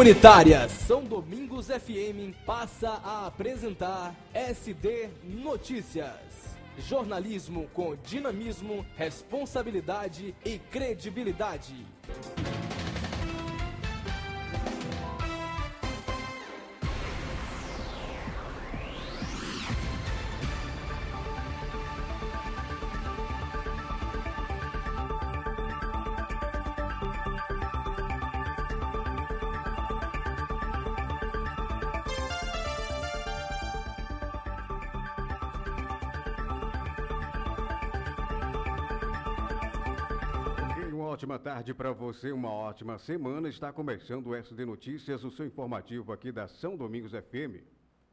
Comunitária São Domingos FM passa a apresentar SD Notícias. Jornalismo com dinamismo, responsabilidade e credibilidade. Ótima tarde para você, uma ótima semana. Está começando o SD Notícias, o seu informativo aqui da São Domingos FM.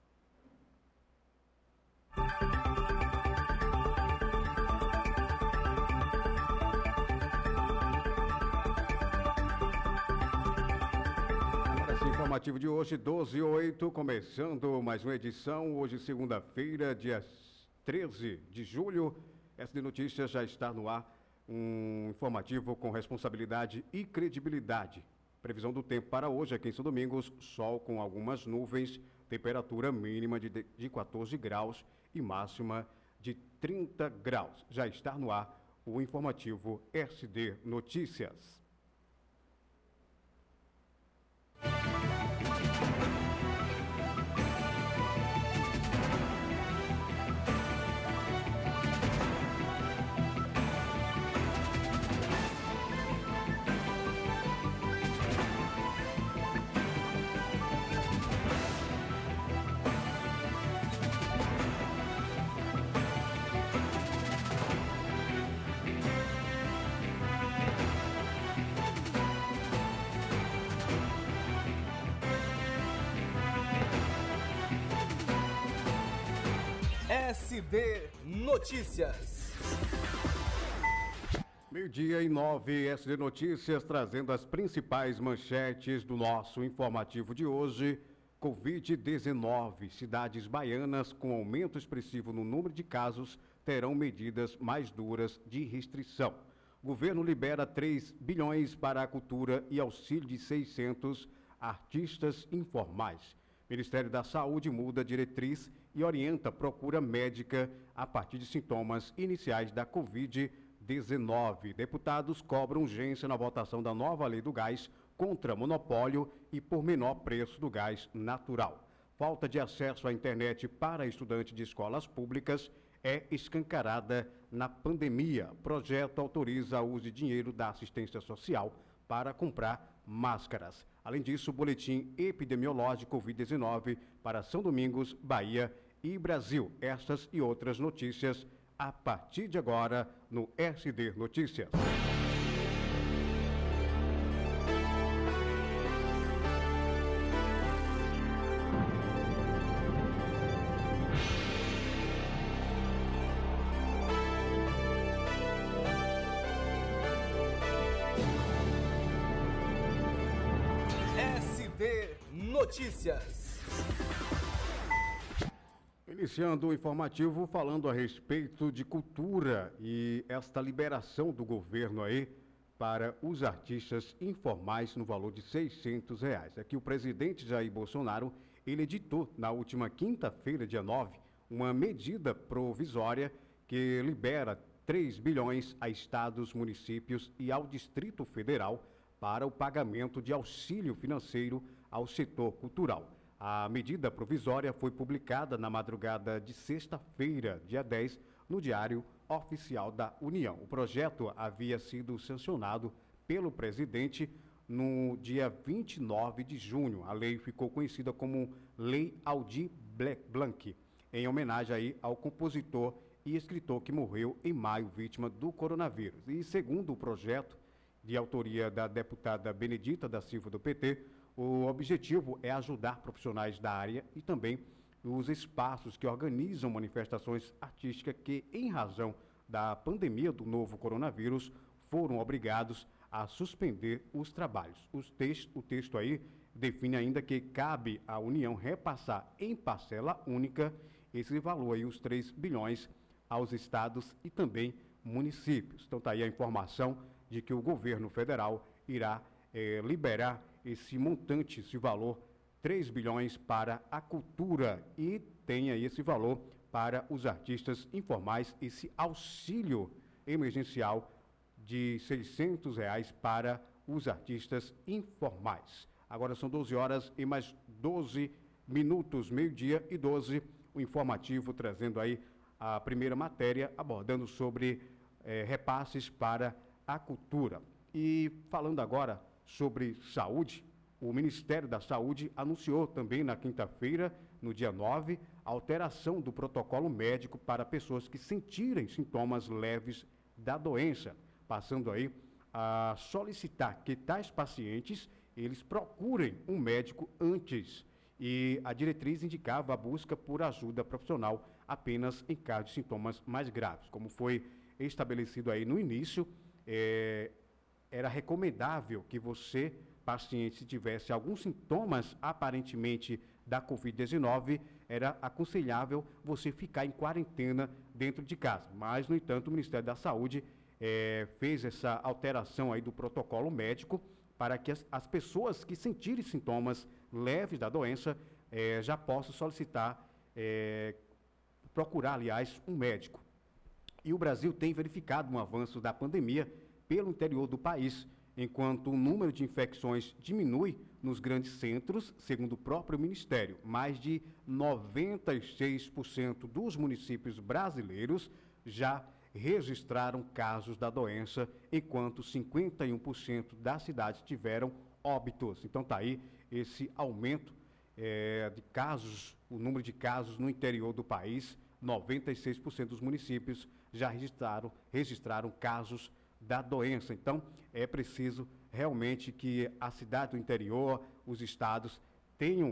Agora sim, informativo de hoje, 12/8, começando mais uma edição. Hoje, segunda-feira, dia 13 de julho. SD Notícias já está no ar. Um informativo com responsabilidade e credibilidade. Previsão do tempo para hoje aqui em São Domingos, sol com algumas nuvens, temperatura mínima de 14 graus e máxima de 30 graus. Já está no ar o informativo SD Notícias. SD Notícias. 12:09, SD Notícias trazendo as principais manchetes do nosso informativo de hoje. Covid-19, cidades baianas com aumento expressivo no número de casos terão medidas mais duras de restrição. Governo libera 3 bilhões para a cultura e auxílio de 600 artistas informais. Ministério da Saúde muda diretriz e orienta procura médica a partir de sintomas iniciais da Covid-19. Deputados cobram urgência na votação da nova lei do gás contra monopólio e por menor preço do gás natural. Falta de acesso à internet para estudantes de escolas públicas é escancarada na pandemia. Projeto autoriza o uso de dinheiro da assistência social para comprar máscaras. Além disso, o boletim epidemiológico Covid-19 para São Domingos, Bahia e Brasil. Estas e outras notícias a partir de agora no SD Notícias. SD Notícias. Iniciando o informativo falando a respeito de cultura e esta liberação do governo aí para os artistas informais no valor de R$600. Aqui o presidente Jair Bolsonaro, ele editou na última quinta-feira, dia 9, uma medida provisória que libera 3 bilhões a estados, municípios e ao Distrito Federal para o pagamento de auxílio financeiro ao setor cultural. A medida provisória foi publicada na madrugada de sexta-feira, dia 10, no Diário Oficial da União. O projeto havia sido sancionado pelo presidente no dia 29 de junho. A lei ficou conhecida como Lei Aldir Blanc, em homenagem aí ao compositor e escritor que morreu em maio, vítima do coronavírus. E segundo o projeto, de autoria da deputada Benedita da Silva, do PT, o objetivo é ajudar profissionais da área e também os espaços que organizam manifestações artísticas que, em razão da pandemia do novo coronavírus, foram obrigados a suspender os trabalhos. O texto aí define ainda que cabe à União repassar em parcela única esse valor aí, os 3 bilhões, aos estados e também municípios. Então está aí a informação de que o governo federal irá liberar esse montante, esse valor, 3 bilhões para a cultura, e tem aí esse valor para os artistas informais, esse auxílio emergencial de R$ 600 para os artistas informais. Agora são 12 horas e mais 12 minutos, meio-dia e 12, o informativo trazendo aí a primeira matéria, abordando sobre repasses para a cultura. E falando agora sobre saúde, o Ministério da Saúde anunciou também na quinta-feira, no dia 9, a alteração do protocolo médico para pessoas que sentirem sintomas leves da doença, passando aí a solicitar que tais pacientes eles procurem um médico antes. E a diretriz indicava a busca por ajuda profissional apenas em caso de sintomas mais graves. Como foi estabelecido aí no início, era recomendável que você, paciente, se tivesse alguns sintomas aparentemente da Covid-19, era aconselhável você ficar em quarentena dentro de casa. Mas, no entanto, o Ministério da Saúde fez essa alteração aí do protocolo médico para que as pessoas que sentirem sintomas leves da doença já possam solicitar, procurar, aliás, um médico. E o Brasil tem verificado um avanço da pandemia pelo interior do país, enquanto o número de infecções diminui nos grandes centros, segundo o próprio Ministério. Mais de 96% dos municípios brasileiros já registraram casos da doença, enquanto 51% das cidades tiveram óbitos. Então está aí esse aumento de casos, o número de casos no interior do país. 96% dos municípios já registraram casos da doença. Então é preciso realmente que a cidade do interior, os estados, tenham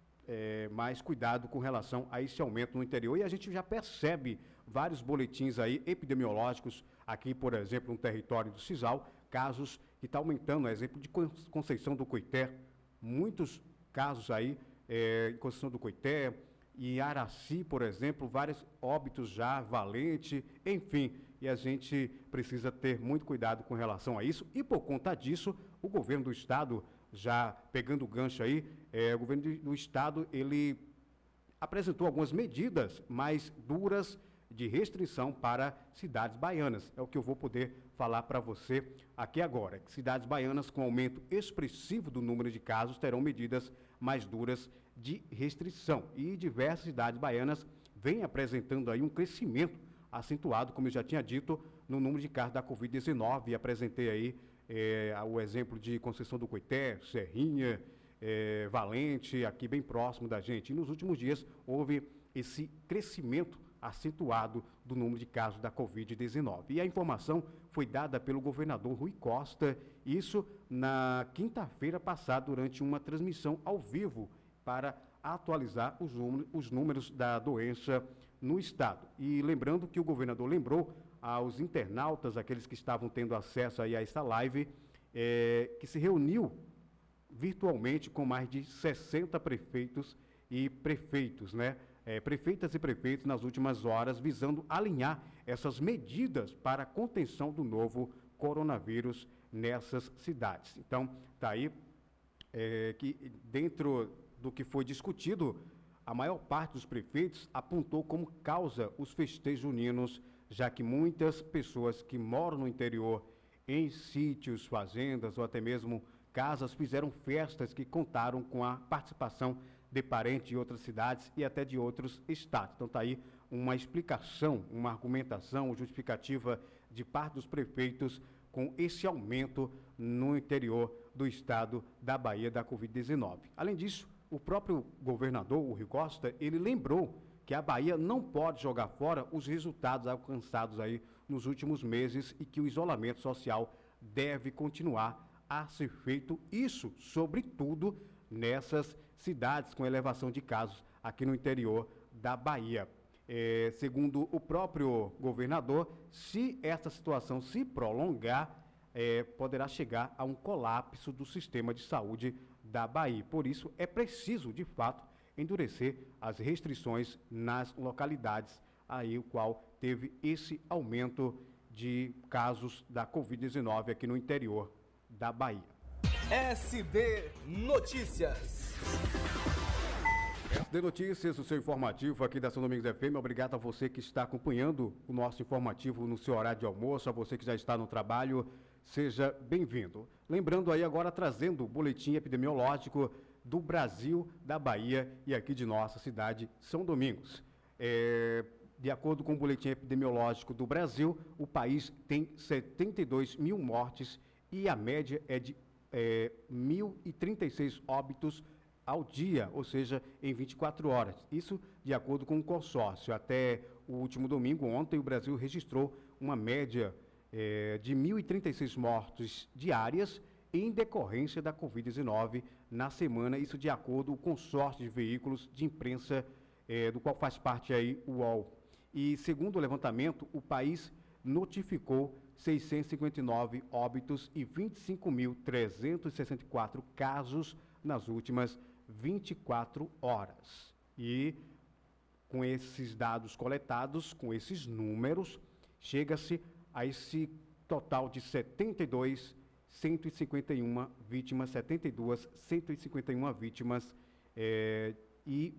mais cuidado com relação a esse aumento no interior. E a gente já percebe vários boletins aí epidemiológicos aqui, por exemplo, no território do Cisal, casos que estão aumentando, exemplo de Conceição do Coité, muitos casos aí em Conceição do Coité, e Araci, por exemplo, vários óbitos já, Valente, enfim, e a gente precisa ter muito cuidado com relação a isso, e por conta disso, o governo do estado, já pegando o gancho aí, o governo do estado, ele apresentou algumas medidas mais duras de restrição para cidades baianas. É o que eu vou poder falar para você aqui agora. Cidades baianas com aumento expressivo do número de casos terão medidas mais duras de restrição. E diversas cidades baianas vêm apresentando aí um crescimento acentuado, como eu já tinha dito, no número de casos da Covid-19. E apresentei aí o exemplo de Conceição do Coité, Serrinha, Valente, aqui bem próximo da gente. E nos últimos dias houve esse crescimento acentuado do número de casos da Covid-19. E a informação foi dada pelo governador Rui Costa, isso na quinta-feira passada, durante uma transmissão ao vivo para atualizar os números da doença no estado. E lembrando que o governador lembrou aos internautas, aqueles que estavam tendo acesso aí a essa live, que se reuniu virtualmente com mais de 60 prefeitos e prefeitos, né? Prefeitas e prefeitos nas últimas horas, visando alinhar essas medidas para a contenção do novo coronavírus nessas cidades. Então, está aí que dentro do que foi discutido, a maior parte dos prefeitos apontou como causa os festejos juninos, já que muitas pessoas que moram no interior, em sítios, fazendas ou até mesmo casas, fizeram festas que contaram com a participação de parentes de outras cidades e até de outros estados. Então está aí uma explicação, uma argumentação, justificativa de parte dos prefeitos com esse aumento no interior do estado da Bahia da Covid-19. Além disso, o próprio governador, o Rui Costa, ele lembrou que a Bahia não pode jogar fora os resultados alcançados aí nos últimos meses e que o isolamento social deve continuar a ser feito, isso, sobretudo, nessas cidades com elevação de casos aqui no interior da Bahia. Segundo o próprio governador, se essa situação se prolongar, poderá chegar a um colapso do sistema de saúde da Bahia. Por isso, é preciso, de fato, endurecer as restrições nas localidades, aí o qual teve esse aumento de casos da Covid-19 aqui no interior da Bahia. SD Notícias. SD Notícias, o seu informativo aqui da São Domingos FM. Obrigado a você que está acompanhando o nosso informativo no seu horário de almoço, a você que já está no trabalho, seja bem-vindo. Lembrando aí agora, trazendo o boletim epidemiológico do Brasil, da Bahia e aqui de nossa cidade, São Domingos. De acordo com o boletim epidemiológico do Brasil, o país tem 72 mil mortes e a média é de 1.036 óbitos ao dia, ou seja, em 24 horas. Isso de acordo com o consórcio. Até o último domingo, ontem, o Brasil registrou uma média de 1.036 mortes diárias em decorrência da Covid-19 na semana, isso de acordo com o consórcio de veículos de imprensa, do qual faz parte aí o UOL. E segundo o levantamento, o país notificou 659 óbitos e 25.364 casos nas últimas 24 horas. E com esses dados coletados, com esses números, chega-se a esse total de 151 vítimas e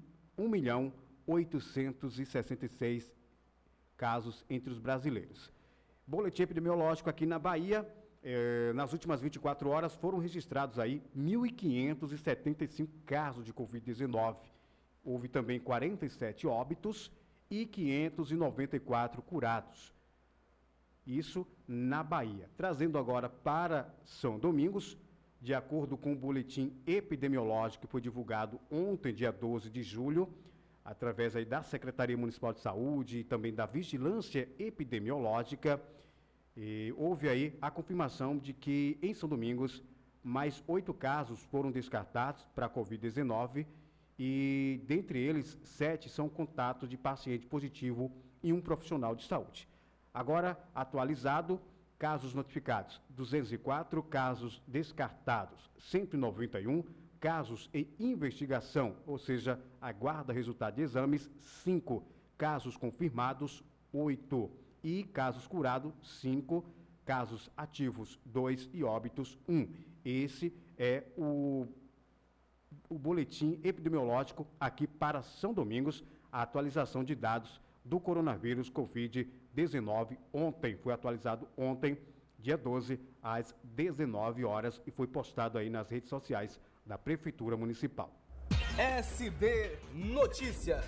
1.866 casos entre os brasileiros. Boletim epidemiológico aqui na Bahia, nas últimas 24 horas foram registrados aí 1.575 casos de Covid-19. Houve também 47 óbitos e 594 curados. Isso na Bahia. Trazendo agora para São Domingos, de acordo com o boletim epidemiológico que foi divulgado ontem, dia 12 de julho, através aí da Secretaria Municipal de Saúde e também da Vigilância Epidemiológica, houve aí a confirmação de que em São Domingos mais 8 casos foram descartados para a Covid-19 e dentre eles 7 são contatos de paciente positivo e um profissional de saúde. Agora, atualizado, casos notificados 204, casos descartados 191, casos em investigação, ou seja, aguarda resultado de exames 5, casos confirmados 8 e casos curados 5, casos ativos 2 e óbitos 1. Esse é o boletim epidemiológico aqui para São Domingos, a atualização de dados do coronavírus Covid-19 ontem, foi atualizado ontem, dia 12, às 19 horas e foi postado aí nas redes sociais da Prefeitura Municipal. SD Notícias.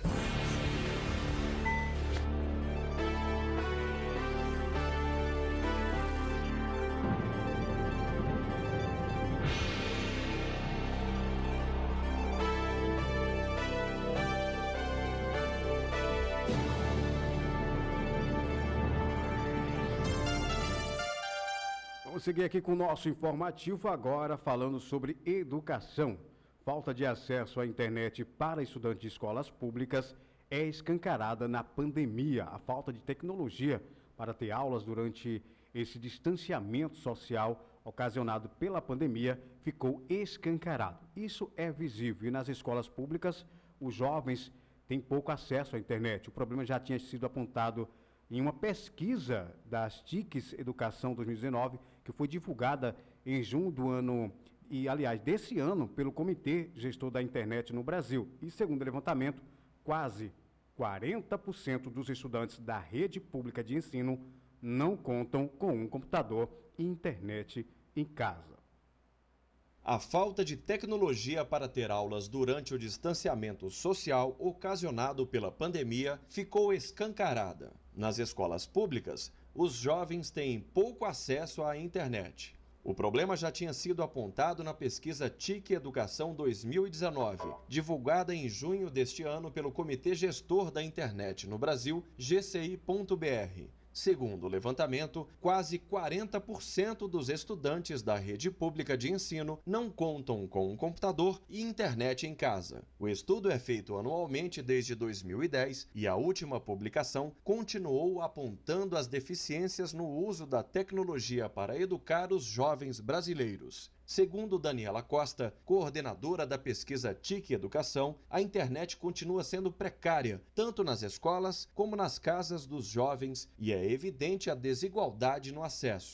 Vamos seguir aqui com o nosso informativo agora falando sobre educação. Falta de acesso à internet para estudantes de escolas públicas é escancarada na pandemia. A falta de tecnologia para ter aulas durante esse distanciamento social ocasionado pela pandemia ficou escancarado. Isso é visível e nas escolas públicas os jovens têm pouco acesso à internet. O problema já tinha sido apontado em uma pesquisa das TICs Educação 2019, que foi divulgada em junho do ano, e aliás, desse ano, pelo Comitê Gestor da Internet no Brasil. E segundo o levantamento, quase 40% dos estudantes da rede pública de ensino não contam com um computador e internet em casa. A falta de tecnologia para ter aulas durante o distanciamento social ocasionado pela pandemia ficou escancarada. Nas escolas públicas, os jovens têm pouco acesso à internet. O problema já tinha sido apontado na pesquisa TIC Educação 2019, divulgada em junho deste ano pelo Comitê Gestor da Internet no Brasil, GCI.br. Segundo o levantamento, quase 40% dos estudantes da rede pública de ensino não contam com um computador e internet em casa. O estudo é feito anualmente desde 2010 e a última publicação continuou apontando as deficiências no uso da tecnologia para educar os jovens brasileiros. Segundo Daniela Costa, coordenadora da pesquisa TIC Educação, a internet continua sendo precária, tanto nas escolas como nas casas dos jovens, e é evidente a desigualdade no acesso.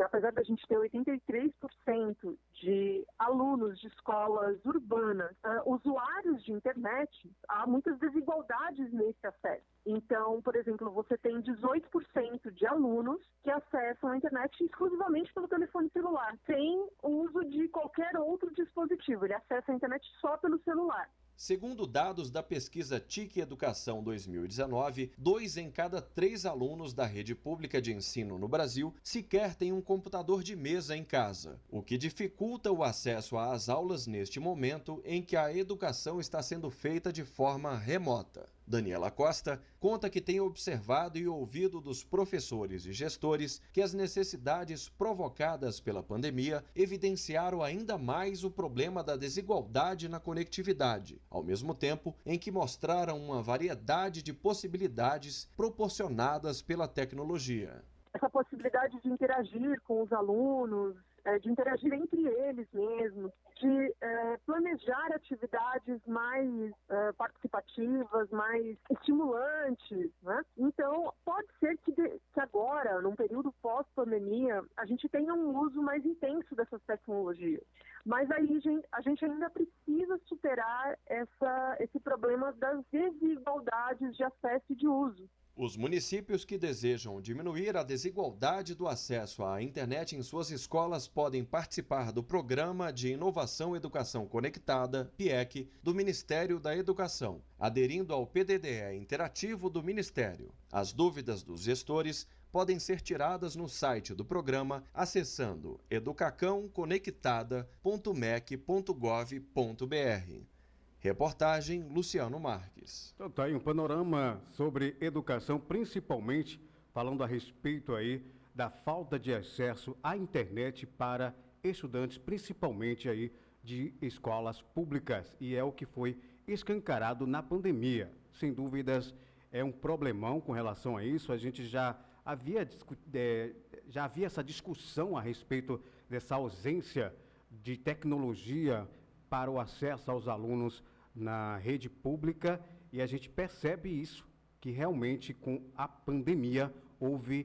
apesar da gente ter 83% de alunos de escolas urbanas, usuários de internet, há muitas desigualdades nesse acesso. Então, por exemplo, você tem 18% de alunos que acessam a internet exclusivamente pelo telefone celular, sem uso de qualquer outro dispositivo. Ele acessa a internet só pelo celular. Segundo dados da pesquisa TIC Educação 2019, 2 em cada 3 alunos da rede pública de ensino no Brasil sequer têm um computador de mesa em casa, o que dificulta o acesso às aulas neste momento em que a educação está sendo feita de forma remota. Daniela Costa conta que tem observado e ouvido dos professores e gestores que as necessidades provocadas pela pandemia evidenciaram ainda mais o problema da desigualdade na conectividade, ao mesmo tempo em que mostraram uma variedade de possibilidades proporcionadas pela tecnologia. Essa possibilidade de interagir com os alunos, de interagir entre eles mesmos, de planejar atividades mais participativas, mais estimulantes, né? Então, pode ser que agora, num período pós-pandemia, a gente tenha um uso mais intenso dessas tecnologias. Mas aí a gente ainda precisa superar esse problema das desigualdades de acesso e de uso. Os municípios que desejam diminuir a desigualdade do acesso à internet em suas escolas podem participar do Programa de Inovação e Educação Conectada, PIEC, do Ministério da Educação, aderindo ao PDDE interativo do Ministério. As dúvidas dos gestores podem ser tiradas no site do programa acessando educacãoconectada.mec.gov.br. Reportagem Luciano Marques. Então tá aí um panorama sobre educação, principalmente falando a respeito aí da falta de acesso à internet para estudantes, principalmente aí de escolas públicas. E é o que foi escancarado na pandemia. Sem dúvidas, é um problemão com relação a isso. A gente já havia essa discussão a respeito dessa ausência de tecnologia para o acesso aos alunos na rede pública, e a gente percebe isso, que realmente com a pandemia houve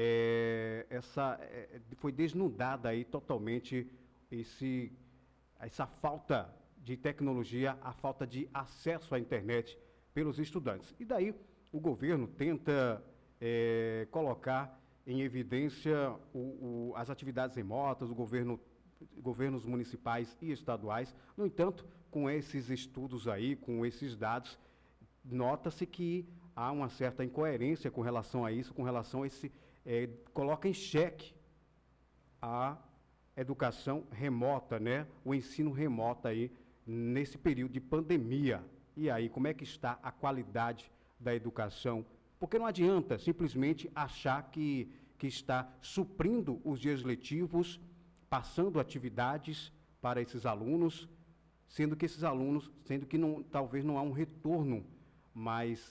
foi desnudada aí totalmente essa falta de tecnologia, a falta de acesso à internet pelos estudantes. E daí o governo tenta colocar em evidência as atividades remotas, governos municipais e estaduais. No entanto, com esses estudos aí, com esses dados, nota-se que há uma certa incoerência com relação a isso, com relação a coloca em xeque a educação remota, né? O ensino remoto aí, nesse período de pandemia. E aí, como é que está a qualidade da educação? Porque não adianta simplesmente achar que está suprindo os dias letivos, passando atividades para esses alunos, sendo que talvez não há um retorno mais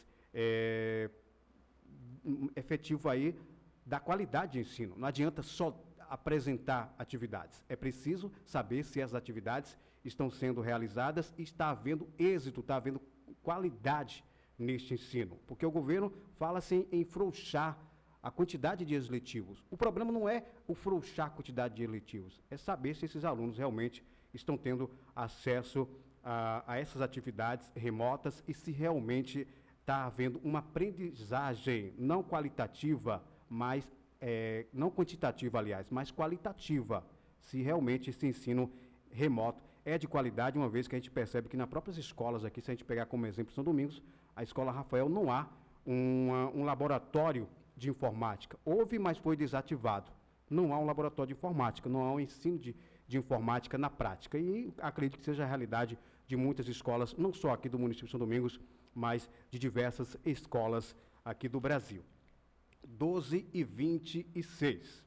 efetivo aí da qualidade de ensino. Não adianta só apresentar atividades. É preciso saber se as atividades estão sendo realizadas e está havendo êxito, está havendo qualidade neste ensino. Porque o governo fala-se em frouxar a quantidade de dias letivos. O problema não é o frouxar a quantidade de dias letivos, é saber se esses alunos realmente estão tendo acesso a essas atividades remotas e se realmente está havendo uma aprendizagem não qualitativa, mas não quantitativa, aliás, mas qualitativa, se realmente esse ensino remoto é de qualidade, uma vez que a gente percebe que nas próprias escolas aqui, se a gente pegar como exemplo São Domingos, a Escola Rafael não há um laboratório de informática. Houve, mas foi desativado. Não há um laboratório de informática, não há um ensino de informática na prática. E acredito que seja a realidade de muitas escolas, não só aqui do município de São Domingos, mas de diversas escolas aqui do Brasil. 12h26.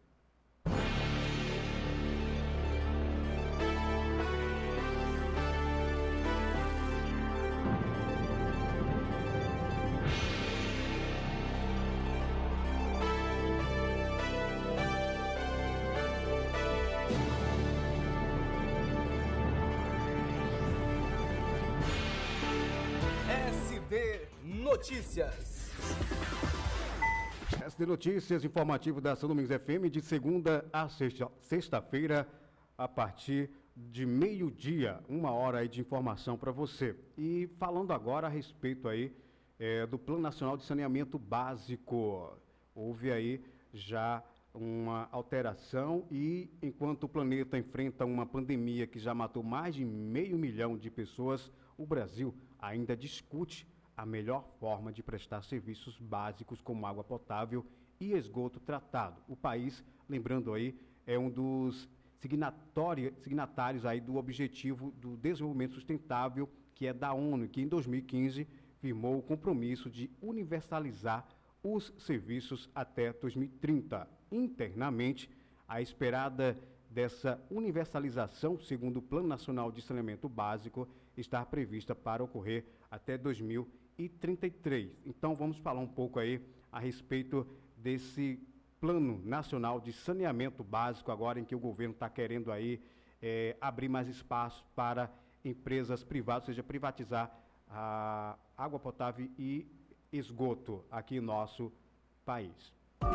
SB Notícias. SD Notícias, informativo da São Domingos FM, de segunda a sexta-feira, a partir de meio-dia, 1 hora aí de informação para você. E falando agora a respeito aí do Plano Nacional de Saneamento Básico, houve aí já uma alteração e enquanto o planeta enfrenta uma pandemia que já matou mais de 500 mil de pessoas, o Brasil ainda discute a melhor forma de prestar serviços básicos como água potável e esgoto tratado. O país, lembrando aí, é um dos signatários aí do Objetivo do Desenvolvimento Sustentável, que é da ONU, que em 2015 firmou o compromisso de universalizar os serviços até 2030. Internamente, a esperada dessa universalização, segundo o Plano Nacional de Saneamento Básico, está prevista para ocorrer até 2033. Então, vamos falar um pouco aí a respeito desse Plano Nacional de Saneamento Básico, agora em que o governo está querendo aí abrir mais espaço para empresas privadas, ou seja, privatizar a água potável e esgoto aqui em nosso país.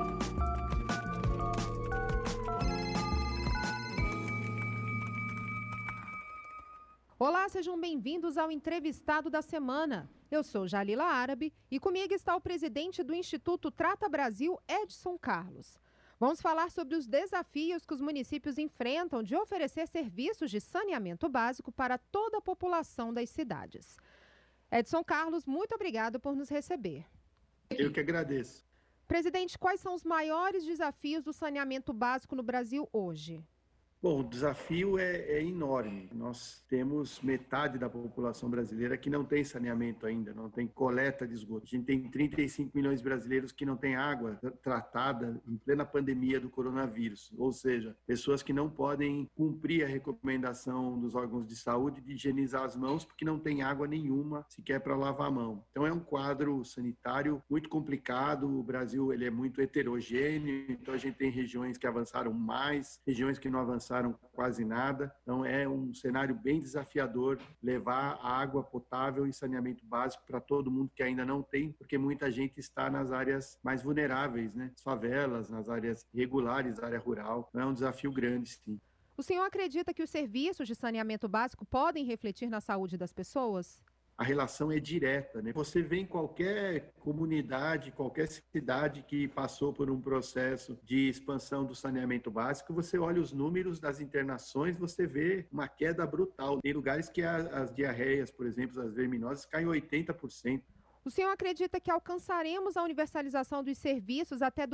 Olá, sejam bem-vindos ao Entrevistado da Semana. Eu sou Jalila Árabe e comigo está o presidente do Instituto Trata Brasil, Edson Carlos. Vamos falar sobre os desafios que os municípios enfrentam de oferecer serviços de saneamento básico para toda a população das cidades. Edson Carlos, muito obrigado por nos receber. Eu que agradeço. Presidente, quais são os maiores desafios do saneamento básico no Brasil hoje? Bom, o desafio é enorme. Nós temos metade da população brasileira que não tem saneamento ainda, não tem coleta de esgoto. A gente tem 35 milhões de brasileiros que não têm água tratada em plena pandemia do coronavírus, ou seja, pessoas que não podem cumprir a recomendação dos órgãos de saúde de higienizar as mãos porque não tem água nenhuma sequer para lavar a mão. Então é um quadro sanitário muito complicado. O Brasil ele é muito heterogêneo, então a gente tem regiões que avançaram mais, regiões que não avançaram quase nada. Então é um cenário bem desafiador levar água potável e saneamento básico para todo mundo que ainda não tem, porque muita gente está nas áreas mais vulneráveis, né? As favelas, nas áreas irregulares, área rural. Então é um desafio grande, sim. O senhor acredita que os serviços de saneamento básico podem refletir na saúde das pessoas? A relação é direta, né? Você vê em qualquer comunidade, qualquer cidade que passou por um processo de expansão do saneamento básico, você olha os números das internações, você vê uma queda brutal. Tem lugares que as diarreias, por exemplo, as verminoses, caem 80%. O senhor acredita que alcançaremos a universalização dos serviços até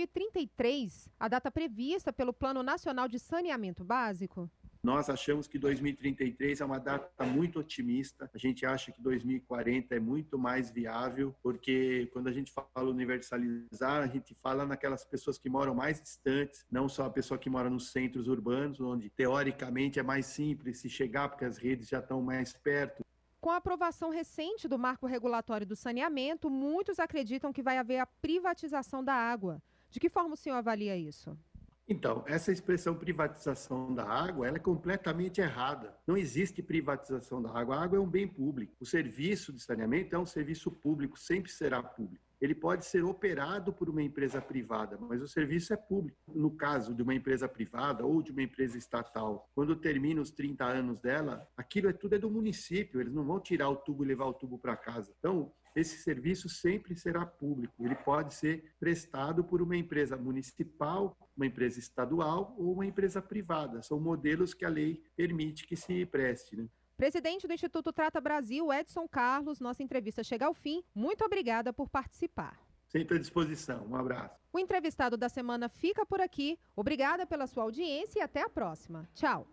2033, a data prevista pelo Plano Nacional de Saneamento Básico? Nós achamos que 2033 é uma data muito otimista. A gente acha que 2040 é muito mais viável, porque quando a gente fala universalizar, a gente fala naquelas pessoas que moram mais distantes, não só a pessoa que mora nos centros urbanos, onde teoricamente é mais simples se chegar, porque as redes já estão mais perto. Com a aprovação recente do Marco Regulatório do Saneamento, muitos acreditam que vai haver a privatização da água. De que forma o senhor avalia isso? Então, essa expressão privatização da água, ela é completamente errada. Não existe privatização da água. A água é um bem público. O serviço de saneamento é um serviço público, sempre será público. Ele pode ser operado por uma empresa privada, mas o serviço é público. No caso de uma empresa privada ou de uma empresa estatal, quando termina os 30 anos dela, aquilo tudo é do município, eles não vão tirar o tubo e levar o tubo para casa. Então, esse serviço sempre será público. Ele pode ser prestado por uma empresa municipal, uma empresa estadual ou uma empresa privada. São modelos que a lei permite que se preste, né? Presidente do Instituto Trata Brasil, Edson Carlos, nossa entrevista chega ao fim. Muito obrigada por participar. Sempre à disposição. Um abraço. O entrevistado da semana fica por aqui. Obrigada pela sua audiência e até a próxima. Tchau.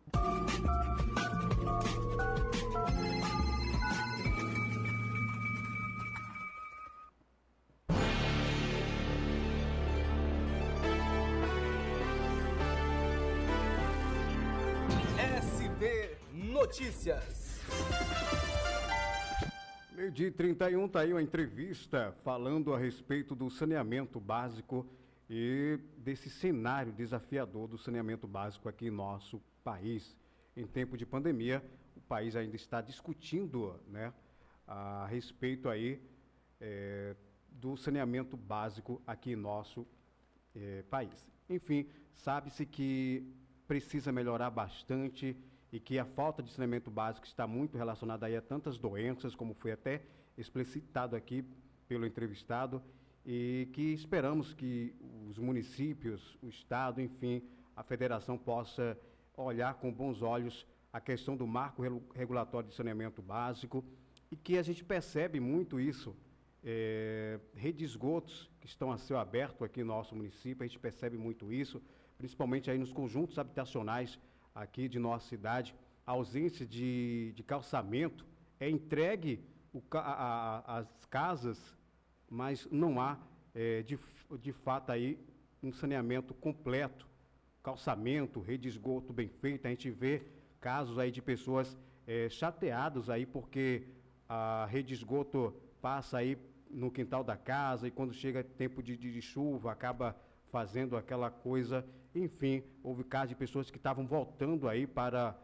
SB Notícias. Meio-dia 31, está aí uma entrevista falando a respeito do saneamento básico e desse cenário desafiador do saneamento básico aqui em nosso país. Em tempo de pandemia, o país ainda está discutindo, né, a respeito aí do saneamento básico aqui em nosso país. Enfim, sabe-se que precisa melhorar bastante e que a falta de saneamento básico está muito relacionada aí a tantas doenças, como foi até explicitado aqui pelo entrevistado, e que esperamos que os municípios, o Estado, enfim, a federação possa olhar com bons olhos a questão do marco regulatório de saneamento básico, e que a gente percebe muito isso, redes de esgotos que estão a céu aberto aqui no nosso município, a gente percebe muito isso, principalmente aí nos conjuntos habitacionais aqui de nossa cidade, a ausência de calçamento, é entregue as casas, mas não há, de fato, aí um saneamento completo, calçamento, rede de esgoto bem feita. A gente vê casos aí de pessoas chateadas aí porque a rede de esgoto passa aí no quintal da casa e quando chega tempo de chuva acaba fazendo aquela coisa. Enfim, houve casos de pessoas que estavam voltando aí para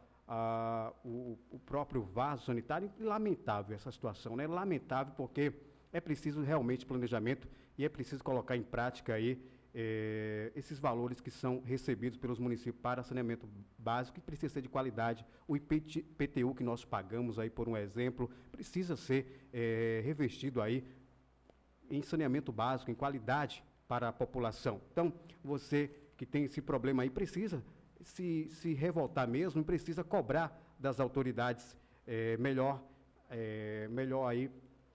o próprio vaso sanitário. Lamentável essa situação, né? Lamentável, porque é preciso realmente planejamento e é preciso colocar em prática aí esses valores que são recebidos pelos municípios para saneamento básico, que precisa ser de qualidade. O IPTU que nós pagamos aí, por um exemplo, precisa ser revestido aí em saneamento básico, em qualidade para a população. Então, você que tem esse problema aí precisa se revoltar mesmo, precisa cobrar das autoridades melhor aí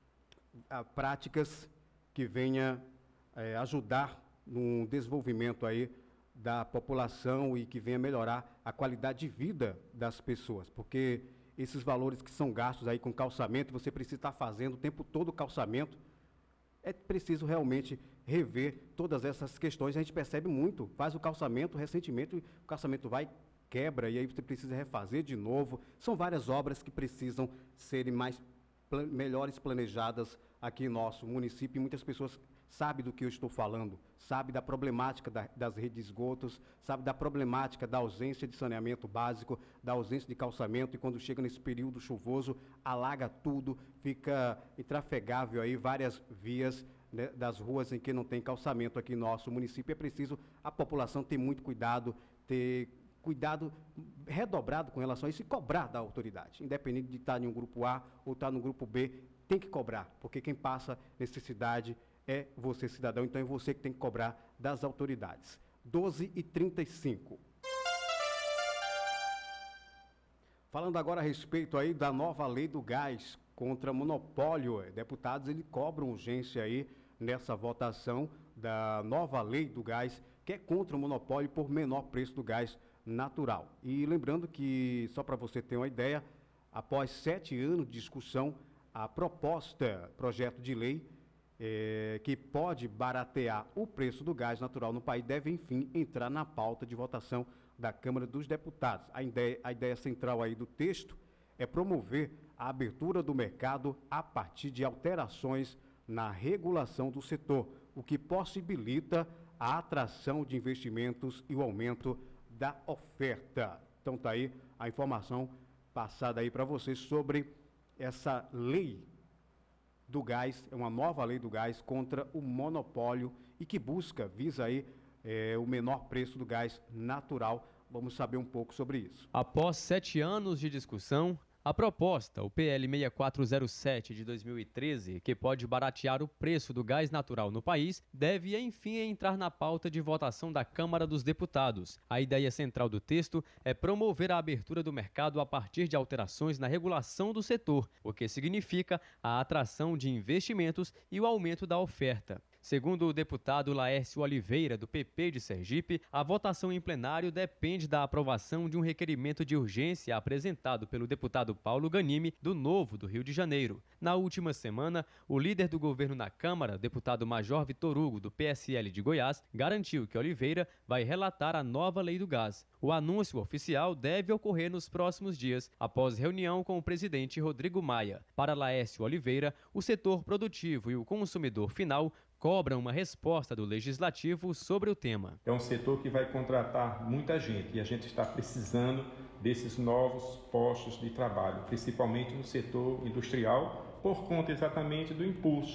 práticas que venha ajudar no desenvolvimento aí da população e que venha melhorar a qualidade de vida das pessoas, porque esses valores que são gastos aí com calçamento, você precisa estar fazendo o tempo todo o calçamento, é preciso realmente rever todas essas questões. A gente percebe muito, faz o calçamento, recentemente o calçamento vai, quebra, e aí você precisa refazer de novo. São várias obras que precisam serem melhores planejadas aqui em nosso município, e muitas pessoas sabem do que eu estou falando, sabem da problemática das redes de esgotos, sabem da problemática da ausência de saneamento básico, da ausência de calçamento, e quando chega nesse período chuvoso, alaga tudo, fica intrafegável aí várias vias, né, das ruas em que não tem calçamento aqui no nosso município. É preciso a população ter muito cuidado, ter cuidado redobrado com relação a isso e cobrar da autoridade, independente de estar em um grupo A ou estar no grupo B, tem que cobrar, porque quem passa necessidade é você, cidadão, então é você que tem que cobrar das autoridades. 12h35. Falando agora a respeito aí da nova lei do gás contra monopólio, deputados eles cobram urgência aí nessa votação da nova lei do gás, que é contra o monopólio por menor preço do gás natural. E lembrando que, só para você ter uma ideia, após 7 anos de discussão, a projeto de lei que pode baratear o preço do gás natural no país deve, enfim, entrar na pauta de votação da Câmara dos Deputados. A ideia central aí do texto é promover a abertura do mercado a partir de alterações na regulação do setor, o que possibilita a atração de investimentos e o aumento da oferta. Então tá aí a informação passada aí para vocês sobre essa lei do gás, é uma nova lei do gás contra o monopólio e que visa aí o menor preço do gás natural. Vamos saber um pouco sobre isso. Após 7 anos de discussão, a proposta, o PL 6407 de 2013, que pode baratear o preço do gás natural no país, deve enfim entrar na pauta de votação da Câmara dos Deputados. A ideia central do texto é promover a abertura do mercado a partir de alterações na regulação do setor, o que significa a atração de investimentos e o aumento da oferta. Segundo o deputado Laércio Oliveira, do PP de Sergipe, a votação em plenário depende da aprovação de um requerimento de urgência apresentado pelo deputado Paulo Ganimi, do Novo do Rio de Janeiro. Na última semana, o líder do governo na Câmara, deputado Major Vitor Hugo, do PSL de Goiás, garantiu que Oliveira vai relatar a nova lei do gás. O anúncio oficial deve ocorrer nos próximos dias, após reunião com o presidente Rodrigo Maia. Para Laércio Oliveira, o setor produtivo e o consumidor final cobram uma resposta do Legislativo sobre o tema. É um setor que vai contratar muita gente e a gente está precisando desses novos postos de trabalho, principalmente no setor industrial, por conta exatamente do impulso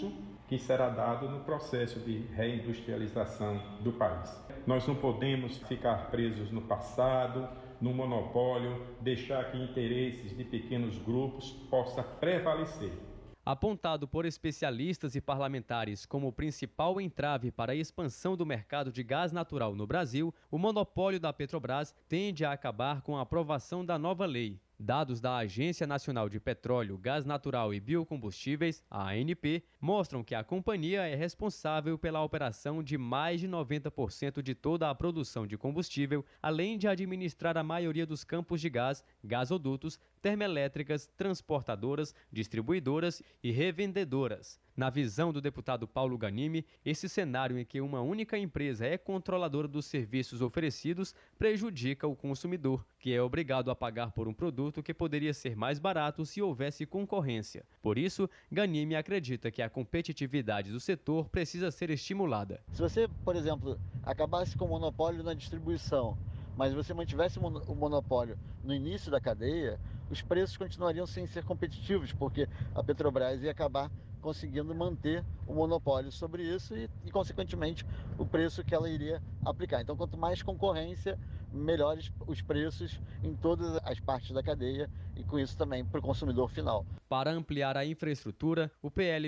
que será dado no processo de reindustrialização do país. Nós não podemos ficar presos no passado, no monopólio, deixar que interesses de pequenos grupos possam prevalecer. Apontado por especialistas e parlamentares como o principal entrave para a expansão do mercado de gás natural no Brasil, o monopólio da Petrobras tende a acabar com a aprovação da nova lei. Dados da Agência Nacional de Petróleo, Gás Natural e Biocombustíveis, a ANP, mostram que a companhia é responsável pela operação de mais de 90% de toda a produção de combustível, além de administrar a maioria dos campos de gás, gasodutos, termoelétricas, transportadoras, distribuidoras e revendedoras. Na visão do deputado Paulo Ganimi, esse cenário em que uma única empresa é controladora dos serviços oferecidos prejudica o consumidor, que é obrigado a pagar por um produto que poderia ser mais barato se houvesse concorrência. Por isso, Ganimi acredita que a competitividade do setor precisa ser estimulada. Se você, por exemplo, acabasse com o monopólio na distribuição, mas você mantivesse o monopólio no início da cadeia, os preços continuariam sem ser competitivos, porque a Petrobras ia acabar conseguindo manter o monopólio sobre isso e, consequentemente, o preço que ela iria aplicar. Então, quanto mais concorrência, melhores os preços em todas as partes da cadeia e, com isso, também para o consumidor final. Para ampliar a infraestrutura, o PL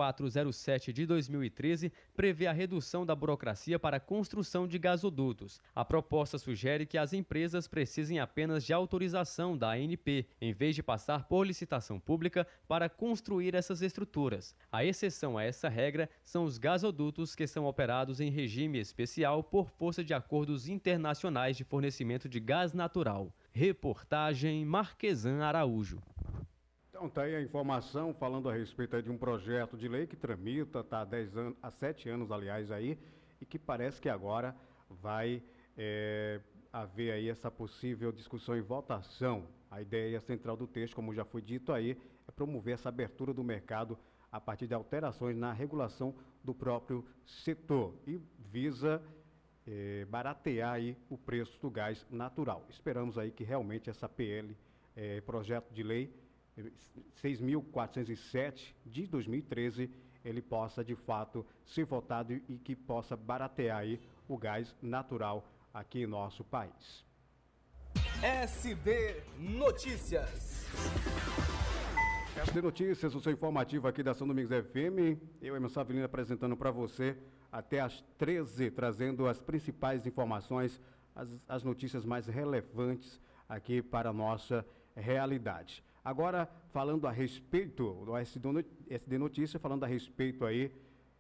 6407 de 2013 prevê a redução da burocracia para a construção de gasodutos. A proposta sugere que as empresas precisem apenas de autorização da ANP, em vez de passar por licitação pública para construir essas estruturas. A exceção a essa regra são os gasodutos que são operados em regime especial por força de acordos internacionais de fornecimento de gás natural. Reportagem Marquesan Araújo. Então tá aí a informação falando a respeito aí de um projeto de lei que tramita, está há 7 anos, aliás, aí, e que parece que agora vai haver aí essa possível discussão e votação. A ideia central do texto, como já foi dito aí, é promover essa abertura do mercado a partir de alterações na regulação do próprio setor e visa baratear aí o preço do gás natural. Esperamos aí que realmente essa PL, projeto de lei 6.407 de 2013, ele possa de fato ser votado e que possa baratear aí o gás natural aqui em nosso país. SD Notícias. SD Notícias, o seu informativo aqui da São Domingos FM. Eu, Emerson Avelino, apresentando para você até às 13, trazendo as principais informações, as notícias mais relevantes aqui para a nossa realidade. Agora, falando a respeito do SD Notícia, falando a respeito aí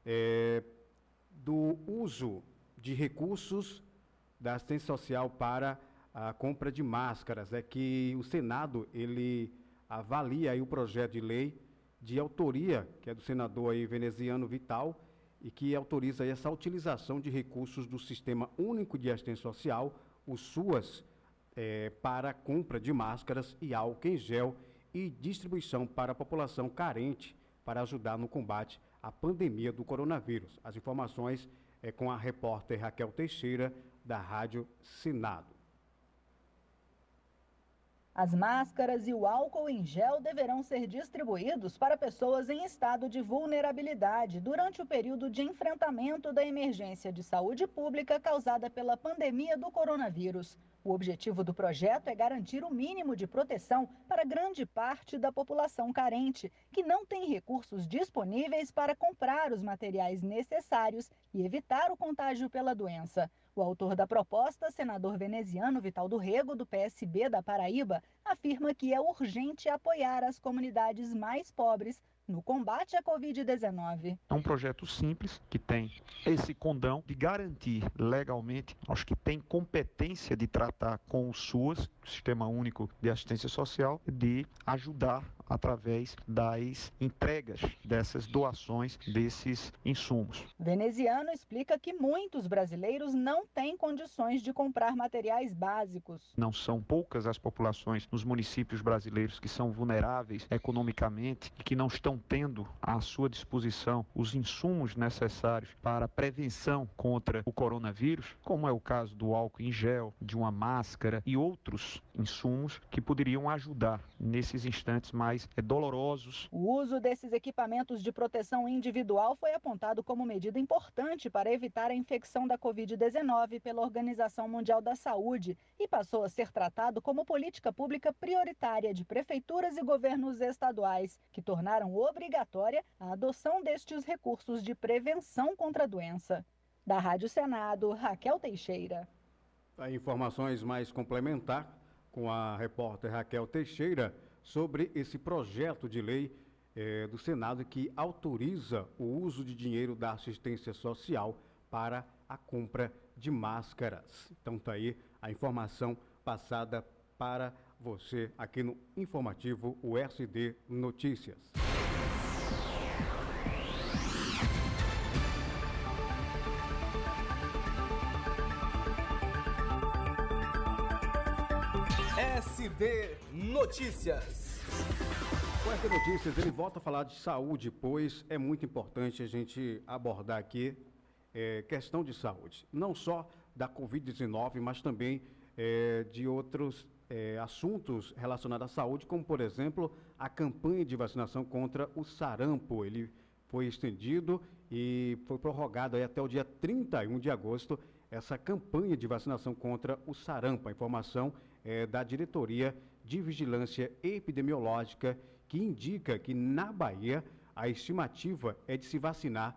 do uso de recursos da assistência social para a compra de máscaras. É que o Senado, ele avalia aí o projeto de lei de autoria, que é do senador aí Veneziano Vital, e que autoriza aí essa utilização de recursos do Sistema Único de Assistência Social, o SUAS, para a compra de máscaras e álcool em gel e distribuição para a população carente para ajudar no combate à pandemia do coronavírus. As informações com a repórter Raquel Teixeira, da Rádio Senado. As máscaras e o álcool em gel deverão ser distribuídos para pessoas em estado de vulnerabilidade durante o período de enfrentamento da emergência de saúde pública causada pela pandemia do coronavírus. O objetivo do projeto é garantir o mínimo de proteção para grande parte da população carente, que não tem recursos disponíveis para comprar os materiais necessários e evitar o contágio pela doença. O autor da proposta, senador Veneziano Vital do Rego, do PSB da Paraíba, afirma que é urgente apoiar as comunidades mais pobres no combate à Covid-19. É um projeto simples que tem esse condão de garantir legalmente aos que têm competência de tratar com o SUAS, o Sistema Único de Assistência Social, de ajudar através das entregas dessas doações desses insumos. Veneziano explica que muitos brasileiros não têm condições de comprar materiais básicos. Não são poucas as populações nos municípios brasileiros que são vulneráveis economicamente e que não estão tendo à sua disposição os insumos necessários para a prevenção contra o coronavírus, como é o caso do álcool em gel, de uma máscara e outros insumos que poderiam ajudar nesses instantes mais mais dolorosos. O uso desses equipamentos de proteção individual foi apontado como medida importante para evitar a infecção da Covid-19 pela Organização Mundial da Saúde e passou a ser tratado como política pública prioritária de prefeituras e governos estaduais, que tornaram obrigatória a adoção destes recursos de prevenção contra a doença. Da Rádio Senado, Raquel Teixeira. Informações mais complementar com a repórter Raquel Teixeira sobre esse projeto de lei do Senado que autoriza o uso de dinheiro da assistência social para a compra de máscaras. Então tá aí a informação passada para você aqui no informativo USD Notícias. SD Notícias. O SD Notícias, ele volta a falar de saúde, pois é muito importante a gente abordar aqui questão de saúde. Não só da Covid-19, mas também de outros assuntos relacionados à saúde, como, por exemplo, a campanha de vacinação contra o sarampo. Ele foi estendido e foi prorrogado aí até o dia 31 de agosto, essa campanha de vacinação contra o sarampo. A informação da Diretoria de Vigilância Epidemiológica, que indica que na Bahia a estimativa é de se vacinar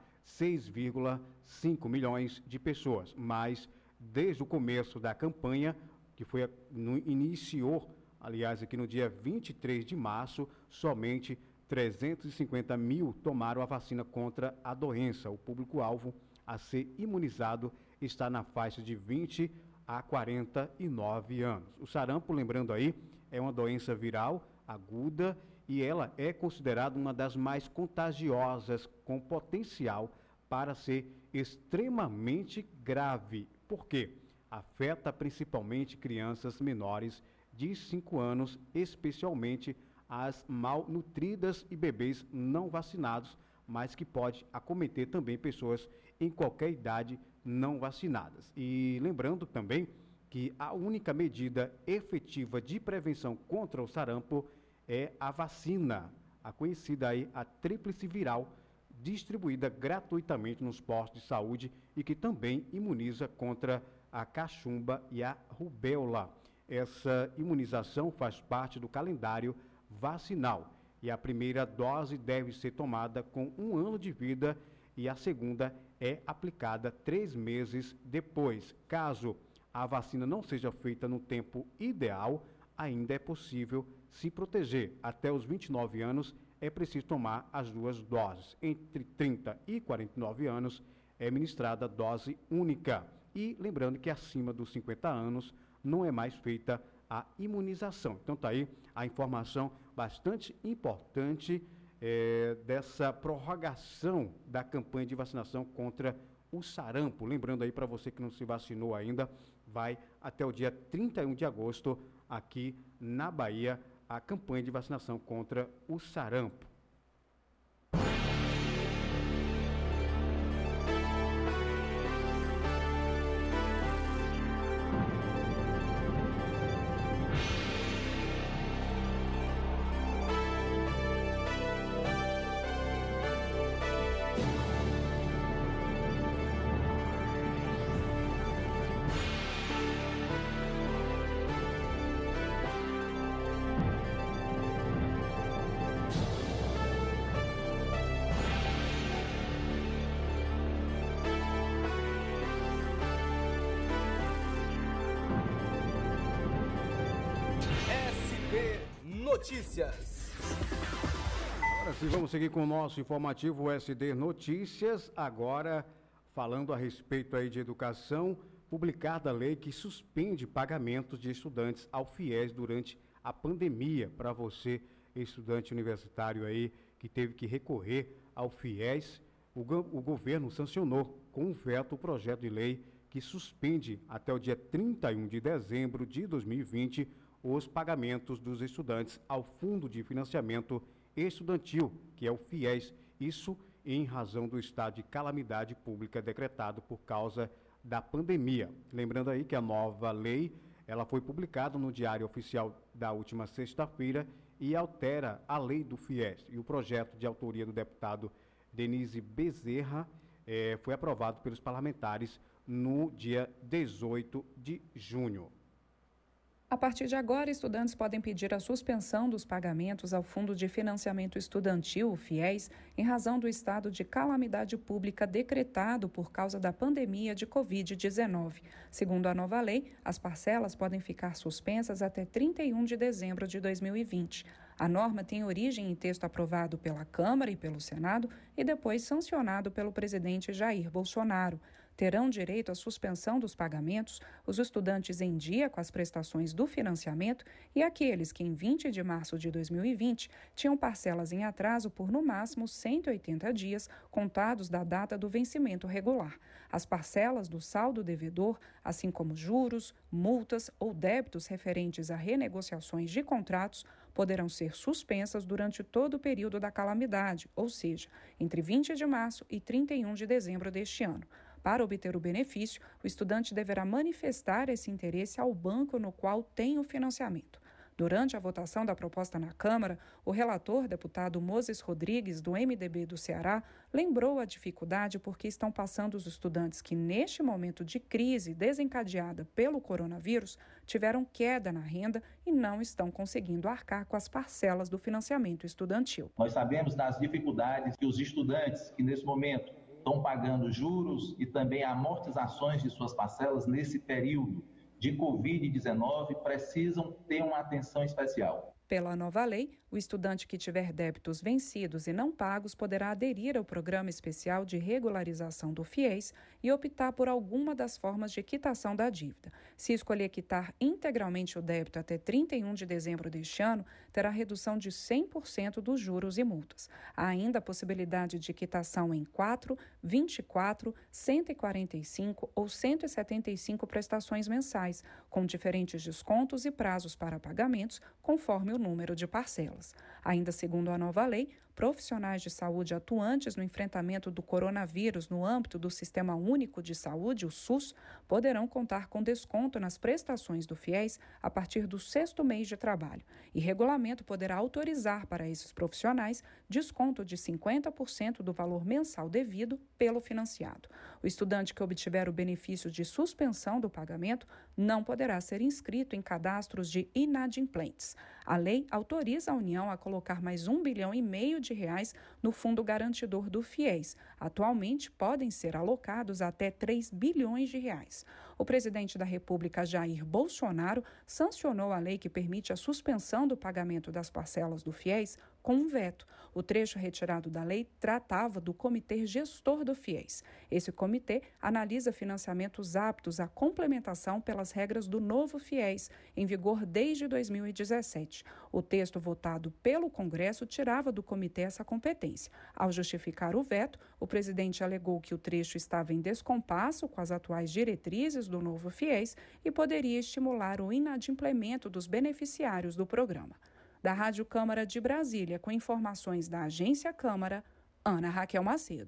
6,5 milhões de pessoas. Mas desde o começo da campanha, que iniciou, aliás, aqui no dia 23 de março, somente 350 mil tomaram a vacina contra a doença. O público-alvo a ser imunizado está na faixa de 20 a 49 anos. O sarampo, lembrando aí, é uma doença viral aguda e ela é considerada uma das mais contagiosas, com potencial para ser extremamente grave. Por quê? Afeta principalmente crianças menores de 5 anos, especialmente as malnutridas e bebês não vacinados, mas que pode acometer também pessoas em qualquer idade não vacinadas. E lembrando também que a única medida efetiva de prevenção contra o sarampo é a vacina, a conhecida aí, a tríplice viral, distribuída gratuitamente nos postos de saúde e que também imuniza contra a cachumba e a rubéola. Essa imunização faz parte do calendário vacinal e a primeira dose deve ser tomada com 1 ano de vida e a segunda é aplicada 3 meses depois. Caso a vacina não seja feita no tempo ideal, ainda é possível se proteger. Até os 29 anos é preciso tomar as 2 doses. Entre 30 e 49 anos é ministrada dose única. E lembrando que acima dos 50 anos não é mais feita a imunização. Então tá aí a informação bastante importante dessa prorrogação da campanha de vacinação contra o sarampo. Lembrando aí para você que não se vacinou ainda, vai até o dia 31 de agosto aqui na Bahia a campanha de vacinação contra o sarampo. Notícias. Agora sim, vamos seguir com o nosso informativo SD Notícias, agora falando a respeito aí de educação, publicada a lei que suspende pagamentos de estudantes ao FIES durante a pandemia. Para você, estudante universitário aí que teve que recorrer ao FIES, o governo sancionou com veto o projeto de lei que suspende até o dia 31 de dezembro de 2020 os pagamentos dos estudantes ao Fundo de Financiamento Estudantil, que é o FIES, isso em razão do estado de calamidade pública decretado por causa da pandemia. Lembrando aí que a nova lei, ela foi publicada no Diário Oficial da última sexta-feira e altera a lei do FIES. E o projeto de autoria do deputado Denise Bezerra foi aprovado pelos parlamentares no dia 18 de junho. A partir de agora, estudantes podem pedir a suspensão dos pagamentos ao Fundo de Financiamento Estudantil, o FIES, em razão do estado de calamidade pública decretado por causa da pandemia de Covid-19. Segundo a nova lei, as parcelas podem ficar suspensas até 31 de dezembro de 2020. A norma tem origem em texto aprovado pela Câmara e pelo Senado e depois sancionado pelo presidente Jair Bolsonaro. Terão direito à suspensão dos pagamentos os estudantes em dia com as prestações do financiamento e aqueles que, em 20 de março de 2020, tinham parcelas em atraso por, no máximo, 180 dias, contados da data do vencimento regular. As parcelas do saldo devedor, assim como juros, multas ou débitos referentes a renegociações de contratos, poderão ser suspensas durante todo o período da calamidade, ou seja, entre 20 de março e 31 de dezembro deste ano. Para obter o benefício, o estudante deverá manifestar esse interesse ao banco no qual tem o financiamento. Durante a votação da proposta na Câmara, o relator, deputado Moses Rodrigues, do MDB do Ceará, lembrou a dificuldade por que estão passando os estudantes que, neste momento de crise desencadeada pelo coronavírus, tiveram queda na renda e não estão conseguindo arcar com as parcelas do financiamento estudantil. Nós sabemos das dificuldades que os estudantes que, nesse momento, estão pagando juros e também amortizações de suas parcelas nesse período de Covid-19 precisam ter uma atenção especial. Pela nova lei, o estudante que tiver débitos vencidos e não pagos poderá aderir ao Programa Especial de Regularização do FIES e optar por alguma das formas de quitação da dívida. Se escolher quitar integralmente o débito até 31 de dezembro deste ano, terá redução de 100% dos juros e multas. Há ainda a possibilidade de quitação em 4, 24, 145 ou 175 prestações mensais, com diferentes descontos e prazos para pagamentos, conforme o número de parcelas. Ainda segundo a nova lei, profissionais de saúde atuantes no enfrentamento do coronavírus no âmbito do Sistema Único de Saúde, o SUS, poderão contar com desconto nas prestações do FIES a partir do 6º mês de trabalho. E regulamento poderá autorizar para esses profissionais desconto de 50% do valor mensal devido pelo financiado. O estudante que obtiver o benefício de suspensão do pagamento não poderá ser inscrito em cadastros de inadimplentes. A lei autoriza a União a colocar mais R$1,5 bilhão no Fundo Garantidor do FIES. Atualmente, podem ser alocados até R$3 bilhões. O presidente da República, Jair Bolsonaro, sancionou a lei que permite a suspensão do pagamento das parcelas do FIES com um veto. O trecho retirado da lei tratava do Comitê Gestor do FIES. Esse comitê analisa financiamentos aptos à complementação pelas regras do novo FIES, em vigor desde 2017. O texto votado pelo Congresso tirava do comitê essa competência. Ao justificar o veto, o presidente alegou que o trecho estava em descompasso com as atuais diretrizes do novo FIES e poderia estimular o inadimplemento dos beneficiários do programa. Da Rádio Câmara de Brasília, com informações da Agência Câmara, Ana Raquel Macedo.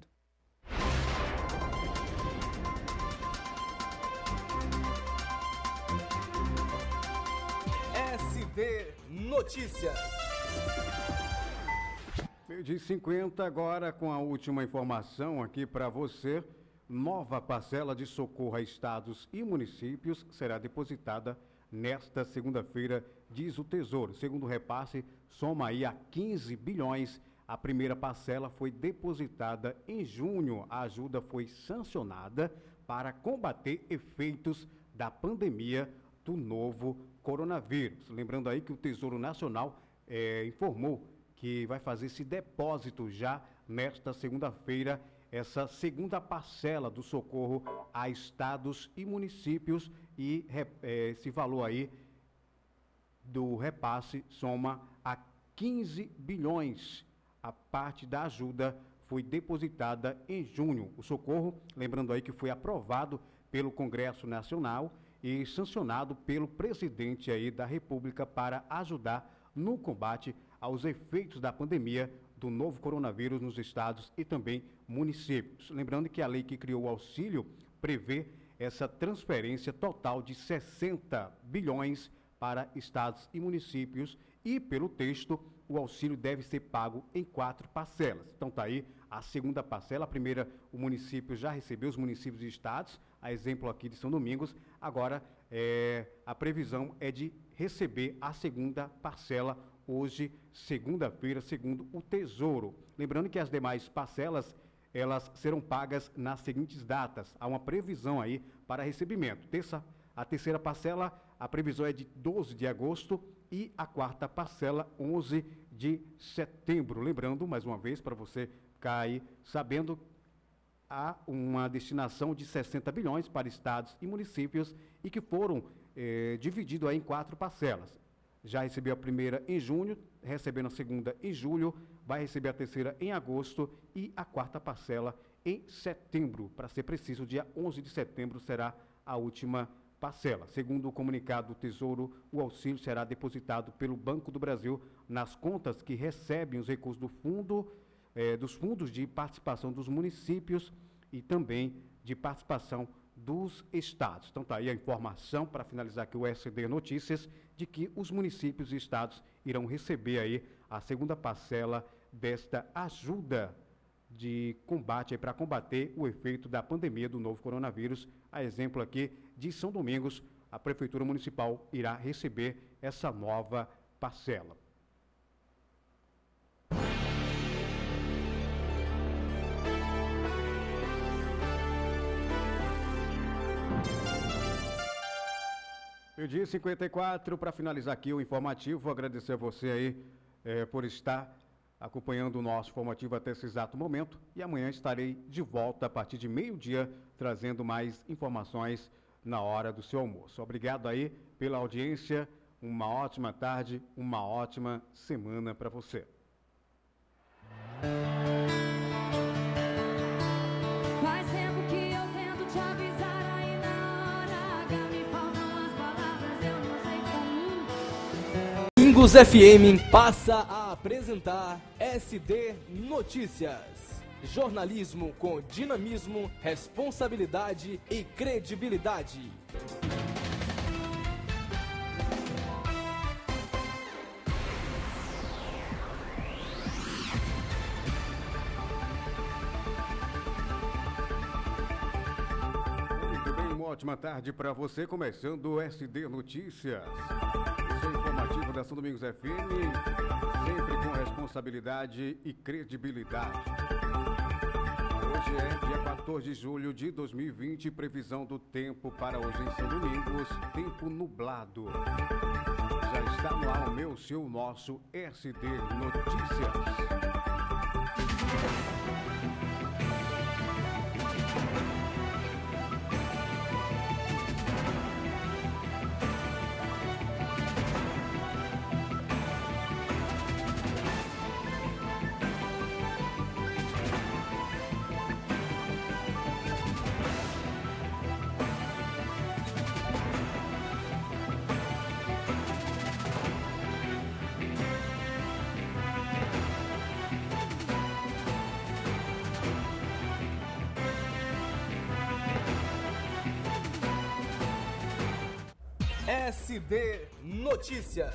SD Notícias. 12h50 agora com a última informação aqui para você. Nova parcela de socorro a estados e municípios será depositada nesta segunda-feira, diz o Tesouro. Segundo o repasse, soma aí a 15 bilhões. A primeira parcela foi depositada em junho. A ajuda foi sancionada para combater efeitos da pandemia do novo coronavírus. Lembrando aí que o Tesouro Nacional informou que vai fazer esse depósito já nesta segunda-feira, essa segunda parcela do socorro a estados e municípios, e esse valor aí do repasse soma a 15 bilhões. A parte da ajuda foi depositada em junho. O socorro, lembrando aí que foi aprovado pelo Congresso Nacional e sancionado pelo presidente aí da República para ajudar no combate aos efeitos da pandemia do novo coronavírus nos estados e também municípios. Lembrando que a lei que criou o auxílio prevê essa transferência total de 60 bilhões para estados e municípios E pelo texto, o auxílio deve ser pago em 4 parcelas. Então tá aí a segunda parcela. A primeira, o município já recebeu, os municípios e estados, a exemplo aqui de São Domingos. Agora, a previsão é de receber a segunda parcela hoje, segunda-feira, segundo o Tesouro. Lembrando que as demais parcelas, elas serão pagas nas seguintes datas. Há uma previsão aí para recebimento. A terceira parcela, a previsão é de 12 de agosto e a quarta parcela, 11 de setembro. Lembrando, mais uma vez, para você ficar aí sabendo, há uma destinação de 60 bilhões para estados e municípios e que foram divididos aí em 4 parcelas. Já recebeu a primeira em junho, recebendo a segunda em julho, vai receber a terceira em agosto e a quarta parcela em setembro. Para ser preciso, dia 11 de setembro será a última parcela. Segundo o comunicado do Tesouro, o auxílio será depositado pelo Banco do Brasil nas contas que recebem os recursos dos fundos de participação dos municípios e também de participação dos estados. Então tá aí a informação, para finalizar aqui o SD Notícias, de que os municípios e estados irão receber aí a segunda parcela desta ajuda de combate, para combater o efeito da pandemia do novo coronavírus. A exemplo aqui de São Domingos, a Prefeitura Municipal irá receber essa nova parcela. Meio-dia 54, para finalizar aqui o informativo, agradecer a você aí por estar acompanhando o nosso informativo até esse exato momento. E amanhã estarei de volta a partir de meio-dia, trazendo mais informações na hora do seu almoço. Obrigado aí pela audiência, uma ótima tarde, uma ótima semana para você. Faz tempo que eu tento te avisar aí na hora, me faltam as palavras, eu não sei como. Domingos FM passa a apresentar SD Notícias. Jornalismo com dinamismo, responsabilidade e credibilidade. Muito bem, uma ótima tarde para você, começando o SD Notícias. Seu informativo da São Domingos FM, sempre com responsabilidade e credibilidade. Hoje é dia 14 de julho de 2020, previsão do tempo para hoje em São Domingos, tempo nublado. Já está no ar o meu, seu, nosso SD Notícias. SD Notícias.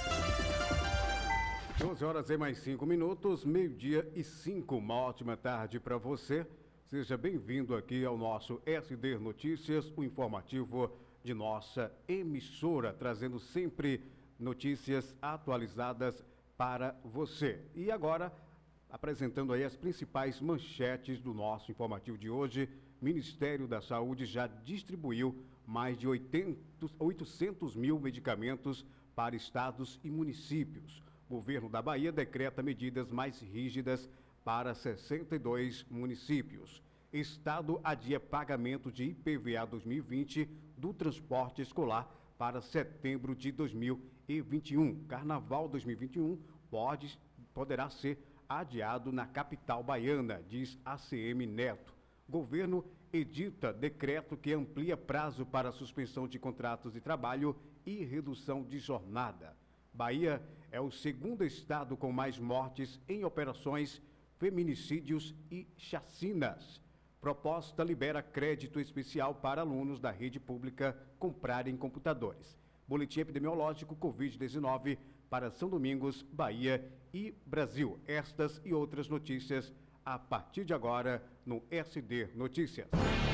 12 horas e mais 5 minutos, meio-dia e 5. Uma ótima tarde para você. Seja bem-vindo aqui ao nosso SD Notícias, o informativo de nossa emissora, trazendo sempre notícias atualizadas para você. E agora, apresentando aí as principais manchetes do nosso informativo de hoje. Ministério da Saúde já distribuiu mais de 800 mil medicamentos para estados e municípios. Governo da Bahia decreta medidas mais rígidas para 62 municípios. Estado adia pagamento de IPVA 2020 do transporte escolar para setembro de 2021. Carnaval 2021 poderá ser adiado na capital baiana, diz ACM Neto. Governo edita decreto que amplia prazo para suspensão de contratos de trabalho e redução de jornada. Bahia é o segundo estado com mais mortes em operações, feminicídios e chacinas. Proposta libera crédito especial para alunos da rede pública comprarem computadores. Boletim epidemiológico Covid-19 para São Domingos, Bahia e Brasil. Estas e outras notícias a partir de agora no SD Notícias.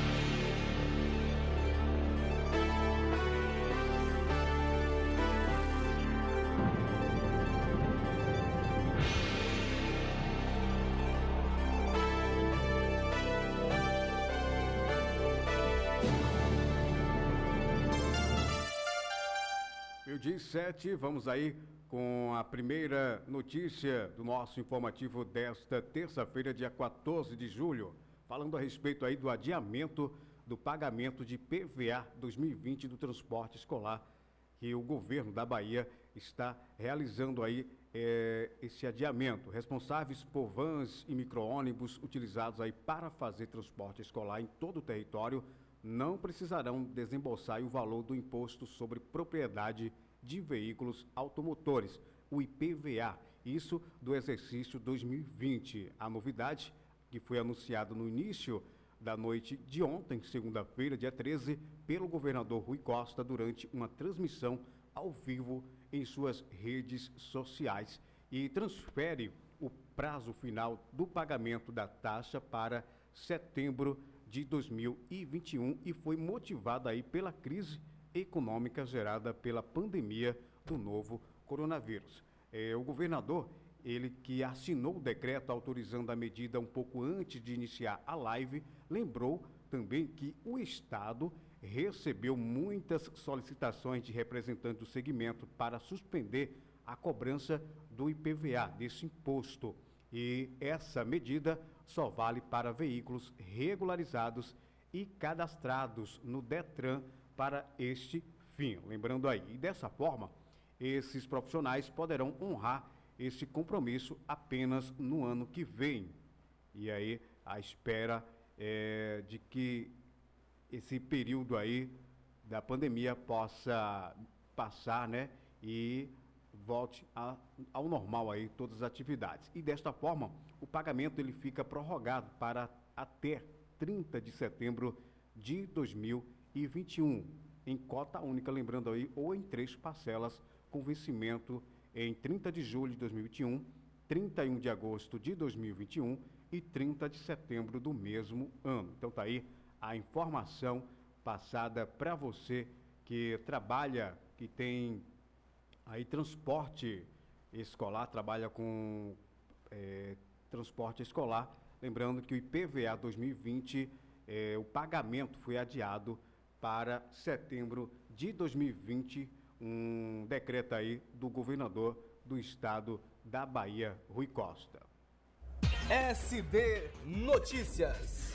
Meio-dia e 7, vamos aí com a primeira notícia do nosso informativo desta terça-feira, dia 14 de julho, falando a respeito aí do adiamento do pagamento de PVA 2020 do transporte escolar, que o governo da Bahia está realizando aí esse adiamento. Responsáveis por vans e micro-ônibus utilizados aí para fazer transporte escolar em todo o território não precisarão desembolsar o valor do Imposto sobre Propriedade de Veículos Automotores, o IPVA, isso do exercício 2020. A novidade, que foi anunciada no início da noite de ontem, segunda-feira, dia 13, pelo governador Rui Costa, durante uma transmissão ao vivo em suas redes sociais, e transfere o prazo final do pagamento da taxa para setembro de 2021 e foi motivada aí pela crise econômica gerada pela pandemia do novo coronavírus. O governador, ele que assinou o decreto autorizando a medida um pouco antes de iniciar a live, lembrou também que o Estado recebeu muitas solicitações de representantes do segmento para suspender a cobrança do IPVA, desse imposto. E essa medida só vale para veículos regularizados e cadastrados no Detran para este fim. Lembrando aí, e dessa forma, esses profissionais poderão honrar esse compromisso apenas no ano que vem. E aí, a espera de que esse período aí da pandemia possa passar, né, e volte ao normal aí todas as atividades. E desta forma, o pagamento ele fica prorrogado para até 30 de setembro de 2021, em cota única, lembrando aí, ou em 3 parcelas, com vencimento em 30 de julho de 2021, 31 de agosto de 2021 e 30 de setembro do mesmo ano. Então tá aí a informação passada para você que trabalha, que tem aí transporte escolar, trabalha com transporte escolar. Lembrando que o IPVA 2020, o pagamento foi adiado para setembro de 2020, um decreto aí do governador do estado da Bahia, Rui Costa. SD Notícias.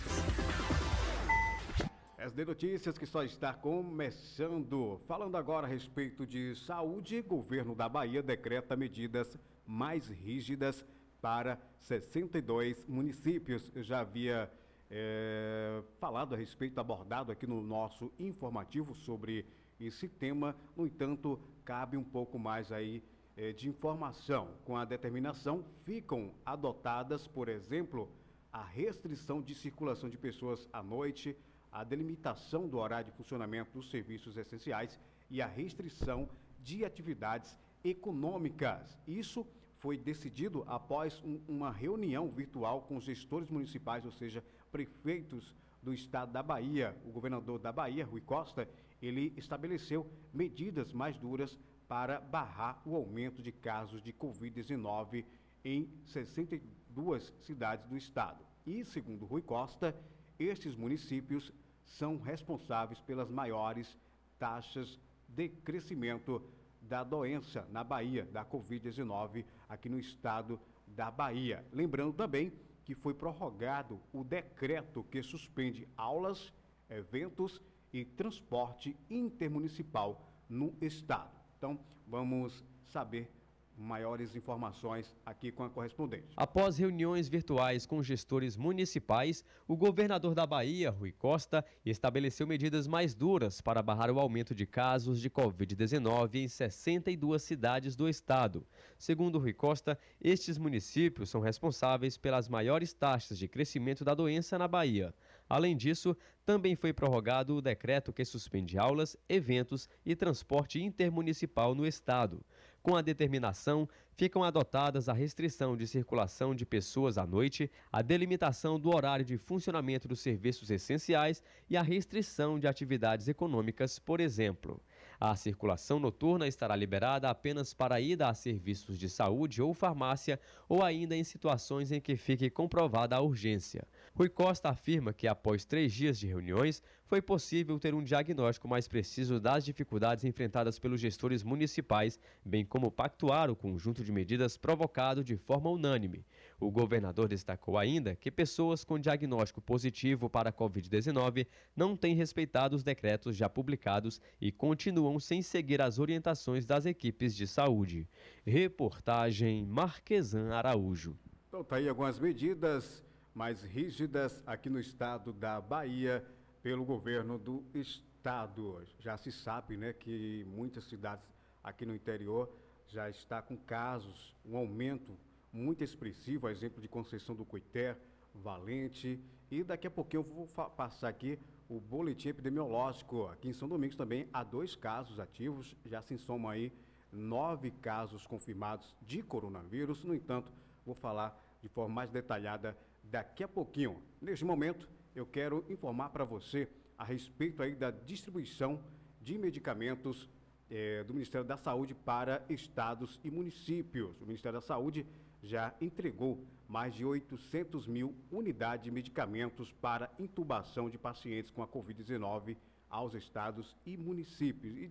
SD Notícias que só está começando. Falando agora a respeito de saúde, governo da Bahia decreta medidas mais rígidas para 62 municípios. Eu já havia falado a respeito, abordado aqui no nosso informativo sobre esse tema. No entanto, cabe um pouco mais aí de informação. Com a determinação, ficam adotadas, por exemplo, a restrição de circulação de pessoas à noite, a delimitação do horário de funcionamento dos serviços essenciais e a restrição de atividades econômicas. Isso foi decidido após uma reunião virtual com os gestores municipais, ou seja, prefeitos do estado da Bahia. O governador da Bahia, Rui Costa, ele estabeleceu medidas mais duras para barrar o aumento de casos de Covid-19 em 62 cidades do estado. E, segundo Rui Costa, estes municípios são responsáveis pelas maiores taxas de crescimento da doença na Bahia, da Covid-19, aqui no estado da Bahia. Lembrando também que foi prorrogado o decreto que suspende aulas, eventos e transporte intermunicipal no estado. Então, vamos saber maiores informações aqui com a correspondente. Após reuniões virtuais com gestores municipais, o governador da Bahia, Rui Costa, estabeleceu medidas mais duras para barrar o aumento de casos de Covid-19 em 62 cidades do estado. Segundo Rui Costa, estes municípios são responsáveis pelas maiores taxas de crescimento da doença na Bahia. Além disso, também foi prorrogado o decreto que suspende aulas, eventos e transporte intermunicipal no estado. Com a determinação, ficam adotadas a restrição de circulação de pessoas à noite, a delimitação do horário de funcionamento dos serviços essenciais e a restrição de atividades econômicas, por exemplo. A circulação noturna estará liberada apenas para a ida a serviços de saúde ou farmácia ou ainda em situações em que fique comprovada a urgência. Rui Costa afirma que, após 3 dias de reuniões, foi possível ter um diagnóstico mais preciso das dificuldades enfrentadas pelos gestores municipais, bem como pactuar o conjunto de medidas provocado de forma unânime. O governador destacou ainda que pessoas com diagnóstico positivo para a Covid-19 não têm respeitado os decretos já publicados e continuam sem seguir as orientações das equipes de saúde. Reportagem Marquesan Araújo. Então tá aí algumas medidas mais rígidas aqui no estado da Bahia pelo governo do estado. Já se sabe, né, que muitas cidades aqui no interior já está com casos, um aumento muito expressivo, a exemplo de Conceição do Coité, Valente, e daqui a pouquinho eu vou passar aqui o boletim epidemiológico. Aqui em São Domingos também há 2 casos ativos, já se somam aí 9 casos confirmados de coronavírus. No entanto, vou falar de forma mais detalhada daqui a pouquinho. Neste momento, eu quero informar para você a respeito aí da distribuição de medicamentos do Ministério da Saúde para estados e municípios. O Ministério da Saúde já entregou mais de 800 mil unidades de medicamentos para intubação de pacientes com a Covid-19 aos estados e municípios. E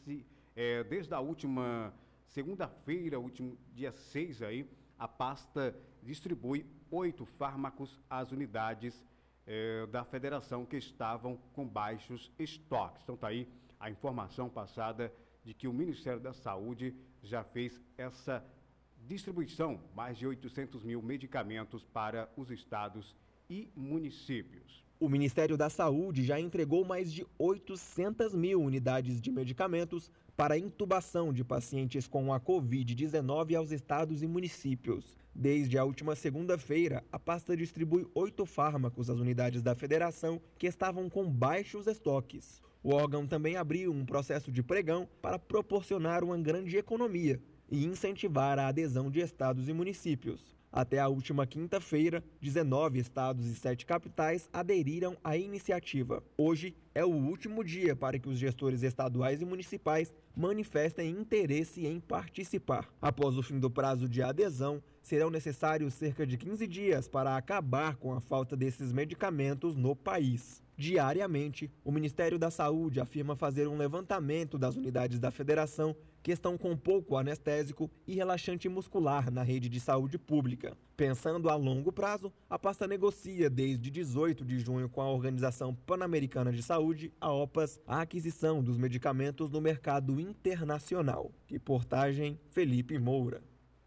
desde a última segunda-feira, último dia 6 aí, a pasta distribui 8 fármacos às unidades da federação que estavam com baixos estoques. Então tá aí a informação passada de que o Ministério da Saúde já fez essa distribuição, mais de 800 mil medicamentos para os estados e municípios. O Ministério da Saúde já entregou mais de 800 mil unidades de medicamentos para a intubação de pacientes com a Covid-19 aos estados e municípios. Desde a última segunda-feira, a pasta distribui 8 fármacos às unidades da federação que estavam com baixos estoques. O órgão também abriu um processo de pregão para proporcionar uma grande economia e incentivar a adesão de estados e municípios. Até a última quinta-feira, 19 estados e 7 capitais aderiram à iniciativa. Hoje é o último dia para que os gestores estaduais e municipais manifestem interesse em participar. Após o fim do prazo de adesão, serão necessários cerca de 15 dias para acabar com a falta desses medicamentos no país. Diariamente, o Ministério da Saúde afirma fazer um levantamento das unidades da federação que estão com pouco anestésico e relaxante muscular na rede de saúde pública. Pensando a longo prazo, a pasta negocia desde 18 de junho com a Organização Pan-Americana de Saúde, a OPAS, a aquisição dos medicamentos no mercado internacional. Reportagem Felipe Moura.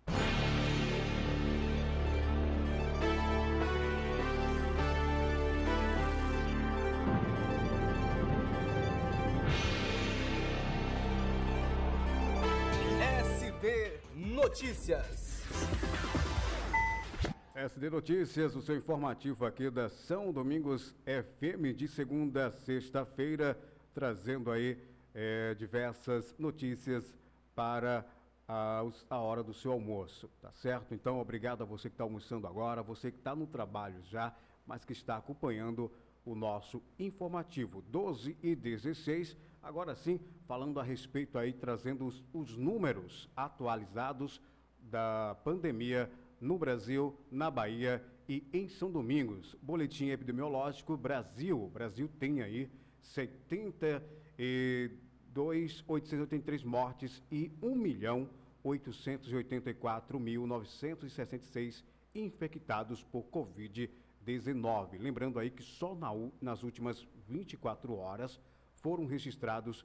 Notícias. SD Notícias, o seu informativo aqui da São Domingos FM, de segunda a sexta-feira, trazendo aí diversas notícias para a hora do seu almoço, tá certo? Então, obrigado a você que está almoçando agora, você que está no trabalho já, mas que está acompanhando o nosso informativo. 12h16, agora sim, falando a respeito aí, trazendo os números atualizados da pandemia no Brasil, na Bahia e em São Domingos. Boletim epidemiológico Brasil. O Brasil tem aí 72.883 mortes e 1.884.966 infectados por Covid-19. Lembrando aí que só nas últimas 24 horas foram registrados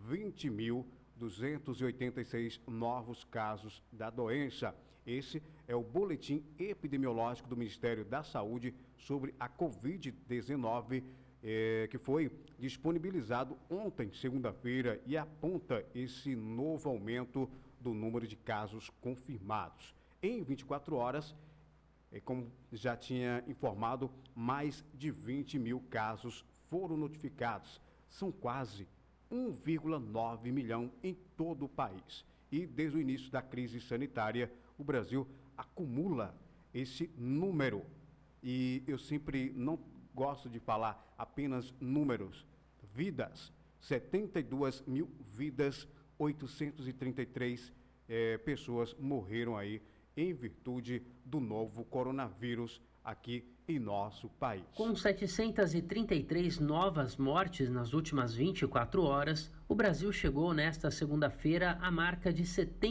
20.286 novos casos da doença. Esse é o boletim epidemiológico do Ministério da Saúde sobre a Covid-19, que foi disponibilizado ontem, segunda-feira, e aponta esse novo aumento do número de casos confirmados. Em 24 horas, como já tinha informado, mais de 20 mil casos foram notificados. São quase 1,9 milhão em todo o país. e desde o início da crise sanitária, o Brasil acumula esse número. E eu sempre não gosto de falar apenas números. Vidas, 72 mil vidas, 833 pessoas morreram aí em virtude do novo coronavírus aqui em nosso país. Com 733 novas mortes nas últimas 24 horas, o Brasil chegou nesta segunda-feira à marca de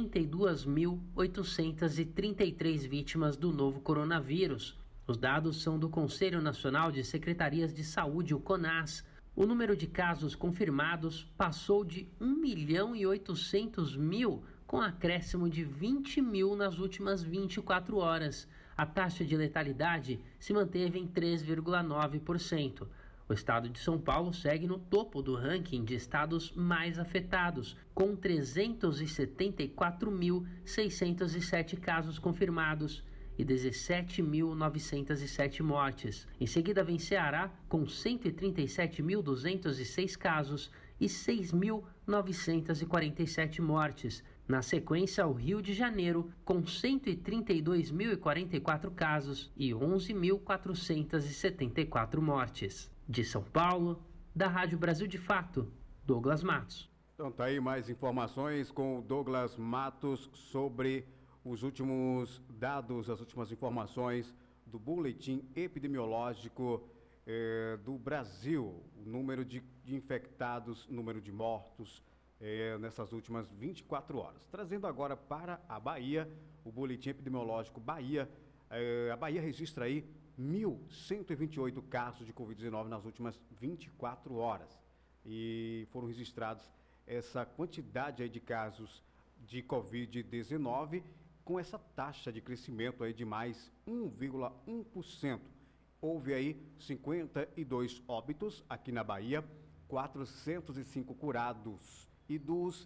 72.833 vítimas do novo coronavírus. Os dados são do Conselho Nacional de Secretarias de Saúde, o CONAS. O número de casos confirmados passou de 1.800.000, com acréscimo de 20 mil nas últimas 24 horas. A taxa de letalidade se manteve em 3,9%. O estado de São Paulo segue no topo do ranking de estados mais afetados, com 374.607 casos confirmados e 17.907 mortes. Em seguida vem Ceará, com 137.206 casos e 6.947 mortes. Na sequência, o Rio de Janeiro, com 132.044 casos e 11.474 mortes. De São Paulo, da Rádio Brasil de Fato, Douglas Matos. Então tá aí mais informações com o Douglas Matos sobre os últimos dados, as últimas informações do boletim epidemiológico do Brasil. O número de infectados, número de mortos nessas últimas 24 horas. Trazendo agora para a Bahia, o boletim epidemiológico Bahia. A Bahia registra aí 1.128 casos de Covid-19 nas últimas 24 horas. E foram registrados essa quantidade aí de casos de Covid-19 com essa taxa de crescimento aí de mais 1,1%. Houve aí 52 óbitos aqui na Bahia, 405 curados. E dos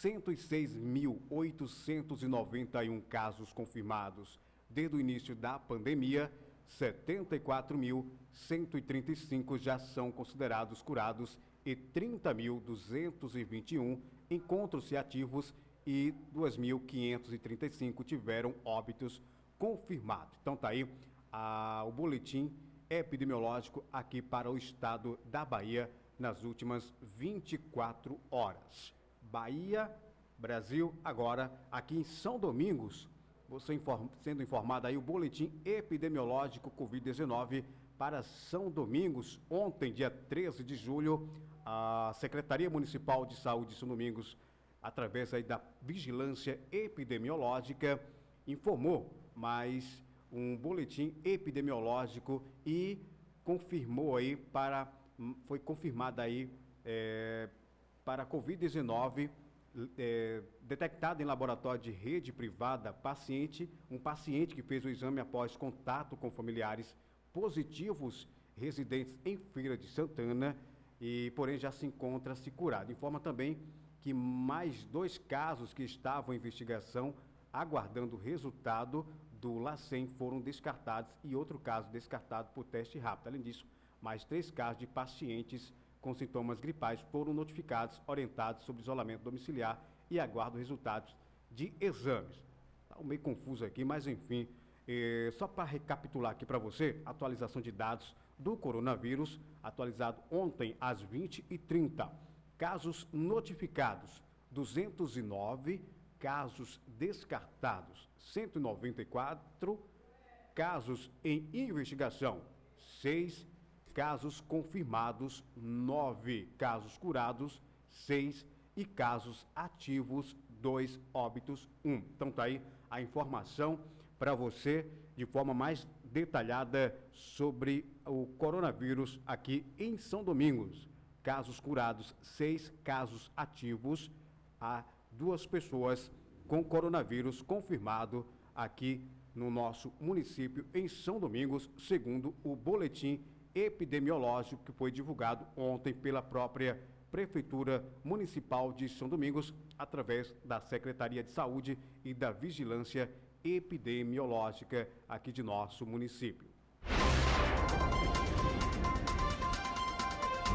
106.891 casos confirmados desde o início da pandemia, 74.135 já são considerados curados e 30.221 encontram-se ativos e 2.535 tiveram óbitos confirmados. Então tá aí o boletim epidemiológico aqui para o estado da Bahia nas últimas 24 horas. Bahia, Brasil, agora aqui em São Domingos, você sendo informado aí o boletim epidemiológico Covid-19 para São Domingos. Ontem, dia 13 de julho, a Secretaria Municipal de Saúde de São Domingos, através aí da Vigilância Epidemiológica, informou mais um boletim epidemiológico e confirmou aí foi confirmada aí para a Covid-19 detectado em laboratório de rede privada um paciente que fez o exame após contato com familiares positivos residentes em Feira de Santana e porém já se encontra-se curado. Informa também que mais 2 casos que estavam em investigação aguardando o resultado do LACEN foram descartados e outro caso descartado por teste rápido. Além disso, mais 3 casos de pacientes com sintomas gripais foram notificados, orientados sobre isolamento domiciliar e aguardam resultados de exames. Está meio confuso aqui, mas enfim, só para recapitular aqui para você, atualização de dados do coronavírus, atualizado ontem às 20h30. Casos notificados, 209, casos descartados, 194, casos em investigação, 6, casos confirmados, 9 casos curados, 6 e casos ativos, 2 óbitos, 1. Então tá aí a informação para você de forma mais detalhada sobre o coronavírus aqui em São Domingos. Casos curados, 6 casos ativos, há 2 pessoas com coronavírus confirmado aqui no nosso município em São Domingos, segundo o boletim epidemiológico que foi divulgado ontem pela própria Prefeitura Municipal de São Domingos, através da Secretaria de Saúde e da Vigilância Epidemiológica aqui de nosso município. .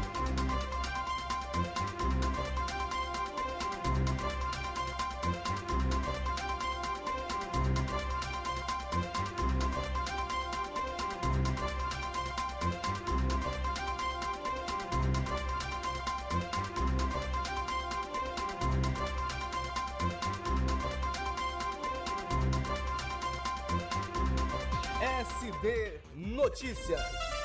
7 SD Notícias.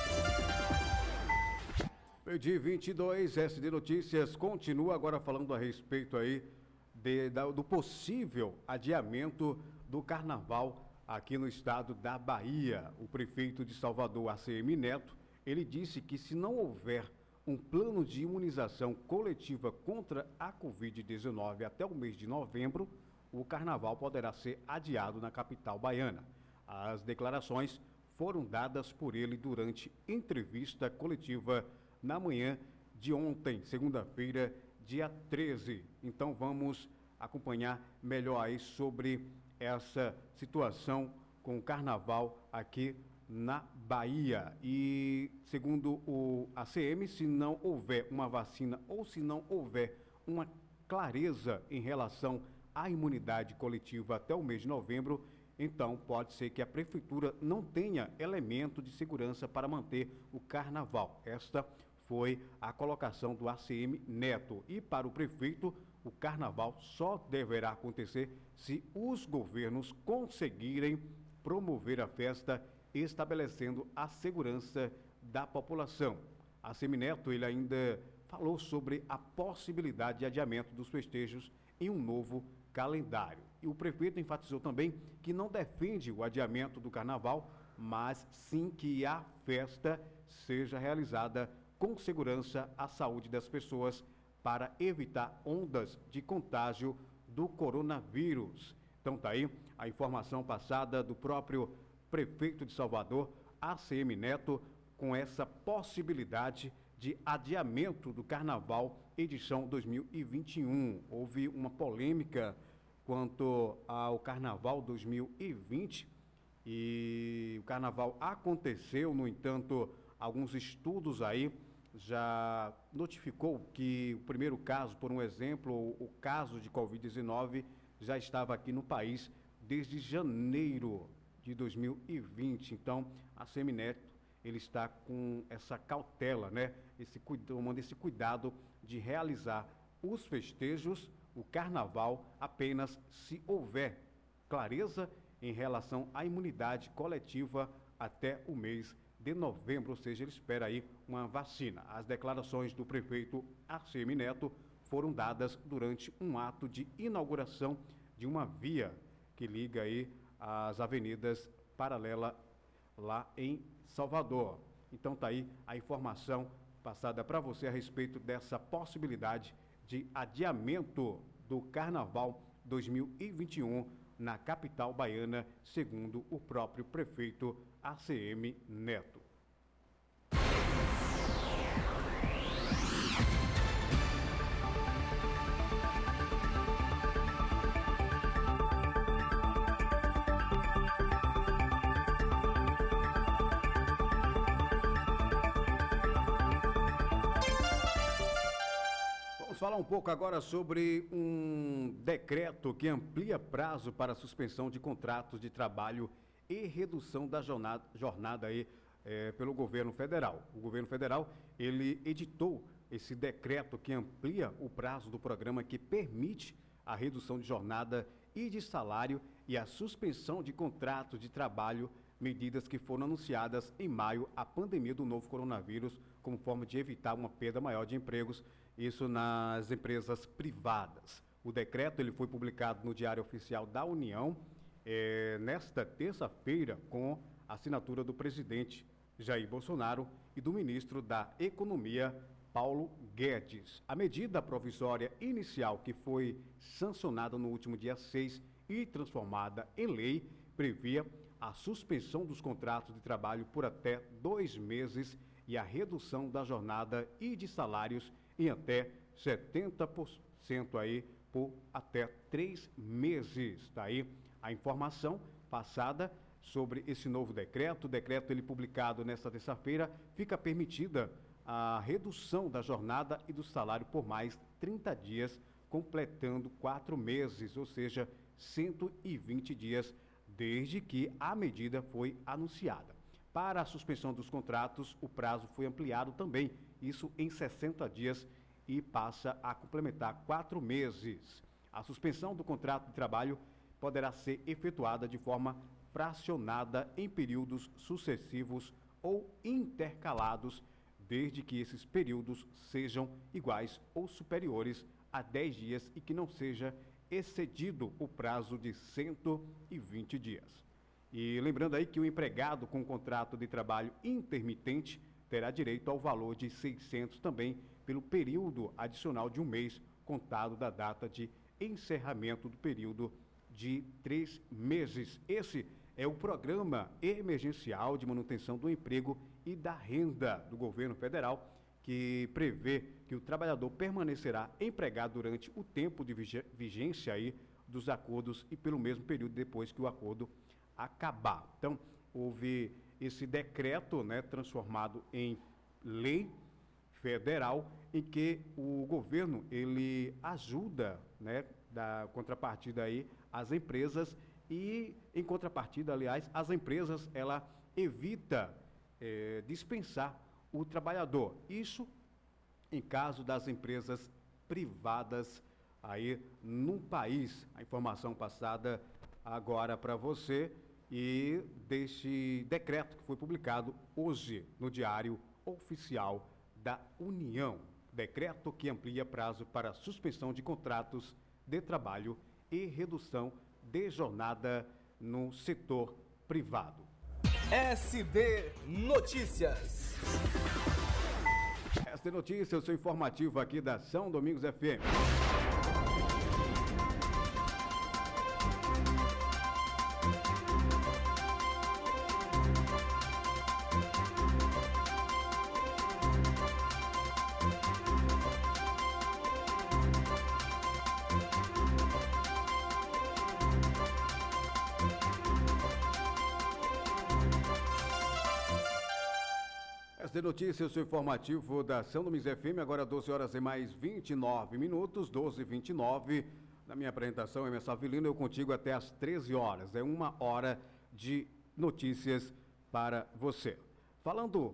Meio-dia 22, SD Notícias continua agora falando a respeito aí do possível adiamento do carnaval aqui no estado da Bahia. O prefeito de Salvador, ACM Neto, ele disse que se não houver um plano de imunização coletiva contra a Covid-19 até o mês de novembro, o carnaval poderá ser adiado na capital baiana. As declarações foram dadas por ele durante entrevista coletiva na manhã de ontem, segunda-feira, dia 13. Então vamos acompanhar melhor aí sobre essa situação com o carnaval aqui na Bahia. E segundo o ACM, se não houver uma vacina ou se não houver uma clareza em relação à imunidade coletiva até o mês de novembro, então pode ser que a prefeitura não tenha elemento de segurança para manter o carnaval. Esta foi a colocação do ACM Neto. E para o prefeito, o carnaval só deverá acontecer se os governos conseguirem promover a festa, estabelecendo a segurança da população. ACM Neto, ele ainda falou sobre a possibilidade de adiamento dos festejos em um novo calendário. E o prefeito enfatizou também que não defende o adiamento do carnaval, mas sim que a festa seja realizada com segurança à saúde das pessoas para evitar ondas de contágio do coronavírus. Então tá aí a informação passada do próprio prefeito de Salvador, ACM Neto, com essa possibilidade de adiamento do Carnaval edição 2021. Houve uma polêmica quanto ao Carnaval 2020 e o Carnaval aconteceu, no entanto, alguns estudos aí já notificou que o primeiro caso, por um exemplo, o caso de Covid-19 já estava aqui no país desde janeiro de 2020. Então, a ACM Neto, ele está com essa cautela, né? Tomando esse cuidado de realizar os festejos, o carnaval, apenas se houver clareza em relação à imunidade coletiva até o mês de novembro, ou seja, ele espera aí uma vacina. As declarações do prefeito ACM Neto foram dadas durante um ato de inauguração de uma via que liga aí as avenidas paralelas lá em Salvador. Então tá aí a informação passada para você a respeito dessa possibilidade de adiamento do Carnaval 2021 na capital baiana, segundo o próprio prefeito ACM Neto. Falar um pouco agora sobre um decreto que amplia prazo para suspensão de contratos de trabalho e redução da jornada aí, pelo governo federal. O governo federal, ele editou esse decreto que amplia o prazo do programa que permite a redução de jornada e de salário e a suspensão de contratos de trabalho, medidas que foram anunciadas em maio à pandemia do novo coronavírus, como forma de evitar uma perda maior de empregos, isso nas empresas privadas. O decreto ele foi publicado no Diário Oficial da União nesta terça-feira, com a assinatura do presidente Jair Bolsonaro e do ministro da Economia, Paulo Guedes. A medida provisória inicial, que foi sancionada no último dia 6 e transformada em lei, previa a suspensão dos contratos de trabalho por até 2 meses e a redução da jornada e de salários em até 70% aí por até 3 meses. Está aí a informação passada sobre esse novo decreto. O decreto ele publicado nesta terça-feira, fica permitida a redução da jornada e do salário por mais 30 dias, completando 4 meses, ou seja, 120 dias desde que a medida foi anunciada. Para a suspensão dos contratos, o prazo foi ampliado também, isso em 60 dias e passa a complementar 4 meses. A suspensão do contrato de trabalho poderá ser efetuada de forma fracionada em períodos sucessivos ou intercalados, desde que esses períodos sejam iguais ou superiores a 10 dias e que não seja excedido o prazo de 120 dias. E lembrando aí que o empregado com contrato de trabalho intermitente terá direito ao valor de 600 também pelo período adicional de um mês, contado da data de encerramento do período de 3 meses. Esse é o Programa Emergencial de Manutenção do Emprego e da Renda do Governo Federal, que prevê que o trabalhador permanecerá empregado durante o tempo de vigência aí dos acordos e pelo mesmo período depois que o acordo acabar. Então, houve esse decreto, né, transformado em lei federal, em que o governo ele ajuda, né, da contrapartida aí as empresas e em contrapartida, aliás, as empresas ela evita dispensar o trabalhador. Isso em caso das empresas privadas aí no país. A informação passada agora para você e deste decreto que foi publicado hoje no Diário Oficial da União. Decreto que amplia prazo para suspensão de contratos de trabalho e redução de jornada no setor privado. SD Notícias. SD Notícias, o seu informativo aqui da São Domingos FM. SD Notícias, o seu informativo da São Domingos FM, agora 12 horas e mais 29 minutos, 12h29. Na minha apresentação, Emerson Avelino, eu contigo até às 13 horas. É 1 hora de notícias para você. Falando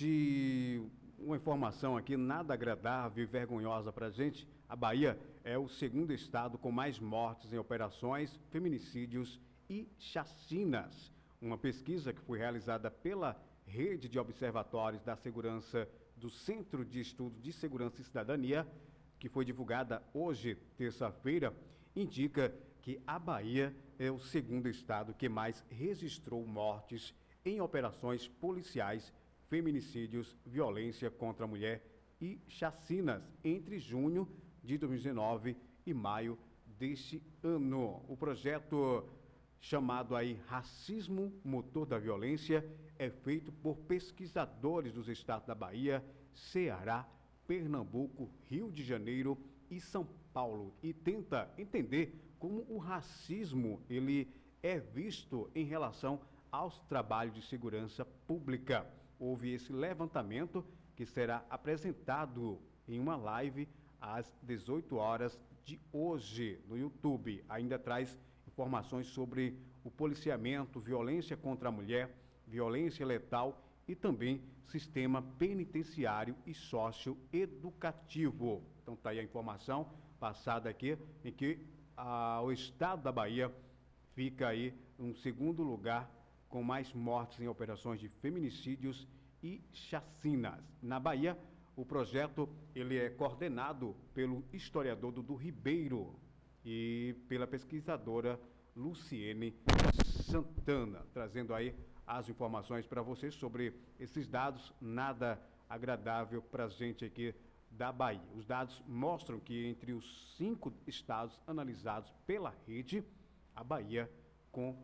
de uma informação aqui nada agradável e vergonhosa para a gente, a Bahia é o segundo estado com mais mortes em operações, feminicídios e chacinas. Uma pesquisa que foi realizada pela Rede de Observatórios da Segurança do Centro de Estudos de Segurança e Cidadania, que foi divulgada hoje, terça-feira, indica que a Bahia é o segundo estado que mais registrou mortes em operações policiais, feminicídios, violência contra a mulher e chacinas entre junho de 2019 e maio deste ano. O projeto chamado aí Racismo Motor da Violência, é feito por pesquisadores dos estados da Bahia, Ceará, Pernambuco, Rio de Janeiro e São Paulo e tenta entender como o racismo ele é visto em relação aos trabalhos de segurança pública. Houve esse levantamento que será apresentado em uma live às 18 horas de hoje no YouTube. Ainda traz informações sobre o policiamento, violência contra a mulher, violência letal e também sistema penitenciário e socioeducativo. Então tá aí a informação passada aqui, em que o estado da Bahia fica aí em segundo lugar com mais mortes em operações de feminicídios e chacinas. Na Bahia, o projeto ele é coordenado pelo historiador Dudu Ribeiro e pela pesquisadora Luciene Santana, trazendo aí as informações para vocês sobre esses dados, nada agradável para a gente aqui da Bahia. Os dados mostram que entre os 5 estados analisados pela rede, a Bahia, com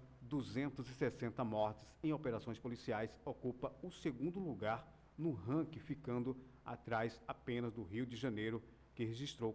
260 mortes em operações policiais, ocupa o segundo lugar no ranking, ficando atrás apenas do Rio de Janeiro, que registrou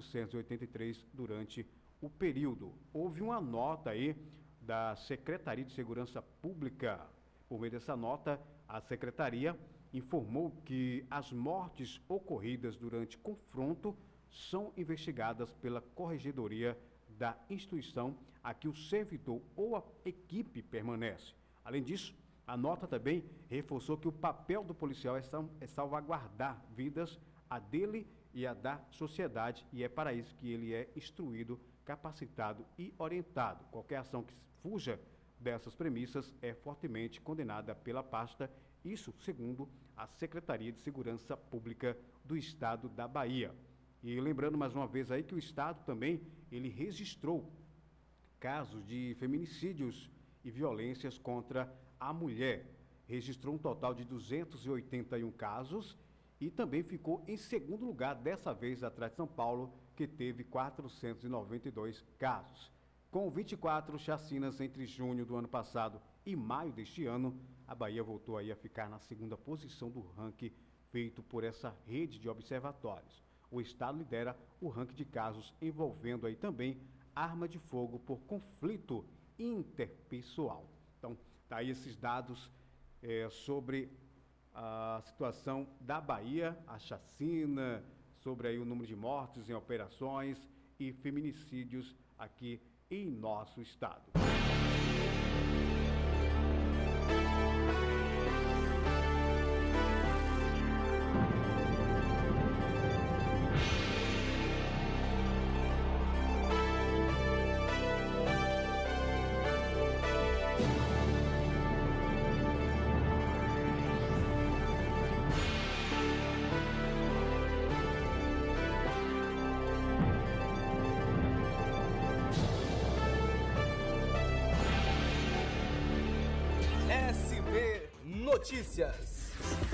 483 durante o período. Houve uma nota aí da Secretaria de Segurança Pública. Por meio dessa nota, a Secretaria informou que as mortes ocorridas durante confronto são investigadas pela Corregedoria da instituição a que o servidor ou a equipe permanece. Além disso, a nota também reforçou que o papel do policial é salvaguardar vidas, a dele e a da sociedade, e é para isso que ele é instruído, capacitado e orientado. Qualquer ação que fuja dessas premissas é fortemente condenada pela pasta, isso segundo a Secretaria de Segurança Pública do Estado da Bahia. E lembrando mais uma vez aí que o Estado também, ele registrou casos de feminicídios e violências contra a mulher. Registrou um total de 281 casos e também ficou em segundo lugar, dessa vez atrás de São Paulo, que teve 492 casos. Com 24 chacinas entre junho do ano passado e maio deste ano, a Bahia voltou aí a ficar na segunda posição do ranking feito por essa rede de observatórios. O Estado lidera o ranking de casos envolvendo aí também arma de fogo por conflito interpessoal. Então, tá aí esses dados sobre a situação da Bahia, a chacina, sobre aí o número de mortes em operações e feminicídios aqui em nosso estado. Notícias.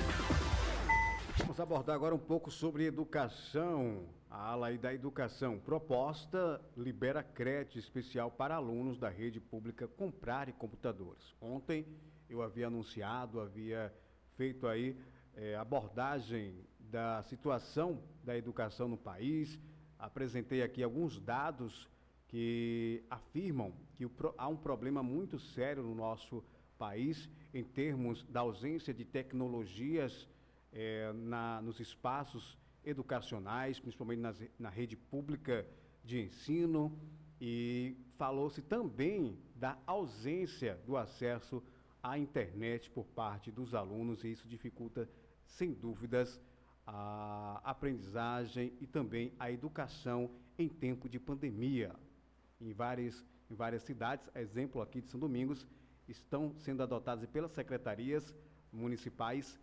Vamos abordar agora um pouco sobre educação. A ala aí da educação. Proposta libera crédito especial para alunos da rede pública comprarem computadores. Ontem eu havia anunciado, havia feito aí abordagem da situação da educação no país. Apresentei aqui alguns dados que afirmam que há um problema muito sério no nosso país em termos da ausência de tecnologias nos espaços educacionais, principalmente na rede pública de ensino, e falou-se também da ausência do acesso à internet por parte dos alunos, e isso dificulta, sem dúvidas, a aprendizagem e também a educação em tempo de pandemia. Em várias cidades, exemplo aqui de São Domingos, estão sendo adotadas pelas secretarias municipais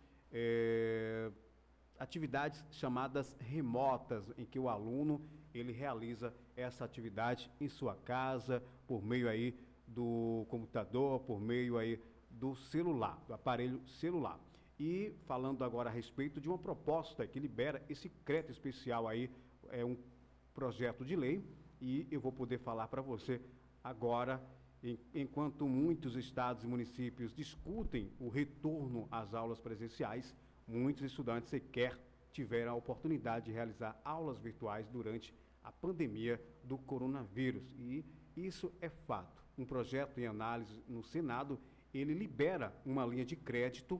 atividades chamadas remotas, em que o aluno ele realiza essa atividade em sua casa, por meio aí do computador, por meio aí do celular, do aparelho celular. E falando agora a respeito de uma proposta que libera esse crédito especial aí, é um projeto de lei, e eu vou poder falar para você agora. Enquanto muitos estados e municípios discutem o retorno às aulas presenciais, muitos estudantes sequer tiveram a oportunidade de realizar aulas virtuais durante a pandemia do coronavírus. E isso é fato. Um projeto em análise no Senado, ele libera uma linha de crédito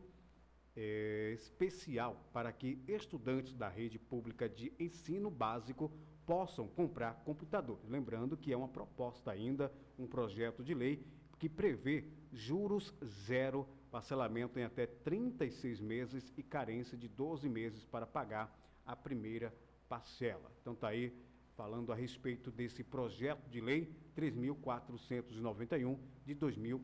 especial para que estudantes da rede pública de ensino básico possam comprar computadores. Lembrando que é uma proposta ainda, um projeto de lei que prevê juros zero, parcelamento em até 36 meses e carência de 12 meses para pagar a primeira parcela. Então está aí falando a respeito desse projeto de lei 3.491 de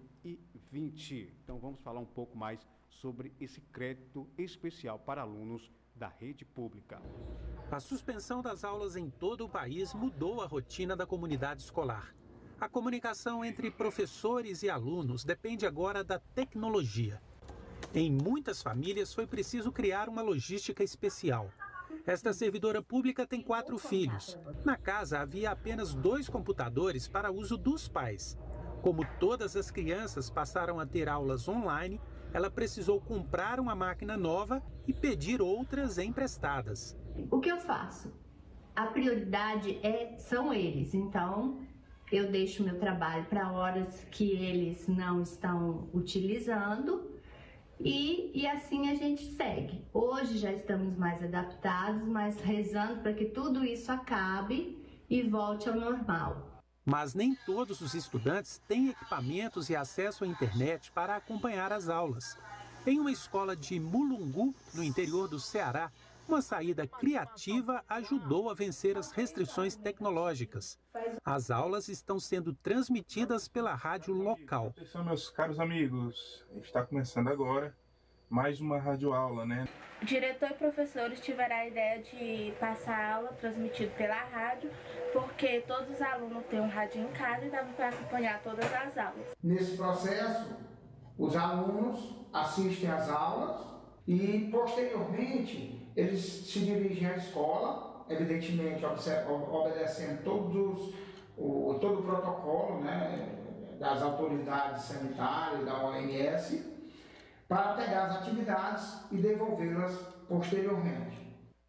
2020. Então vamos falar um pouco mais sobre esse crédito especial para alunos da rede pública. A suspensão das aulas em todo o país mudou a rotina da comunidade escolar. A comunicação entre professores e alunos depende agora da tecnologia. Em muitas famílias foi preciso criar uma logística especial. Esta servidora pública tem 4 filhos. Na casa havia apenas 2 computadores para uso dos pais. Como todas as crianças passaram a ter aulas online, ela precisou comprar uma máquina nova e pedir outras emprestadas. O que eu faço? A prioridade são eles, então eu deixo meu trabalho para horas que eles não estão utilizando e assim a gente segue. Hoje já estamos mais adaptados, mas rezando para que tudo isso acabe e volte ao normal. Mas nem todos os estudantes têm equipamentos e acesso à internet para acompanhar as aulas. Em uma escola de Mulungu, no interior do Ceará, Uma saída criativa ajudou a vencer as restrições tecnológicas. As aulas estão sendo transmitidas pela rádio local. Atenção, meus caros amigos, está começando agora mais uma radioaula, né? O diretor e professores tiveram a ideia de passar a aula transmitida pela rádio, porque todos os alunos têm um rádio em casa e dava para acompanhar todas as aulas. Nesse processo, os alunos assistem às aulas e, posteriormente, eles se dirigem à escola, evidentemente obedecendo todo o protocolo, né, das autoridades sanitárias, da OMS, para pegar as atividades e devolvê-las posteriormente.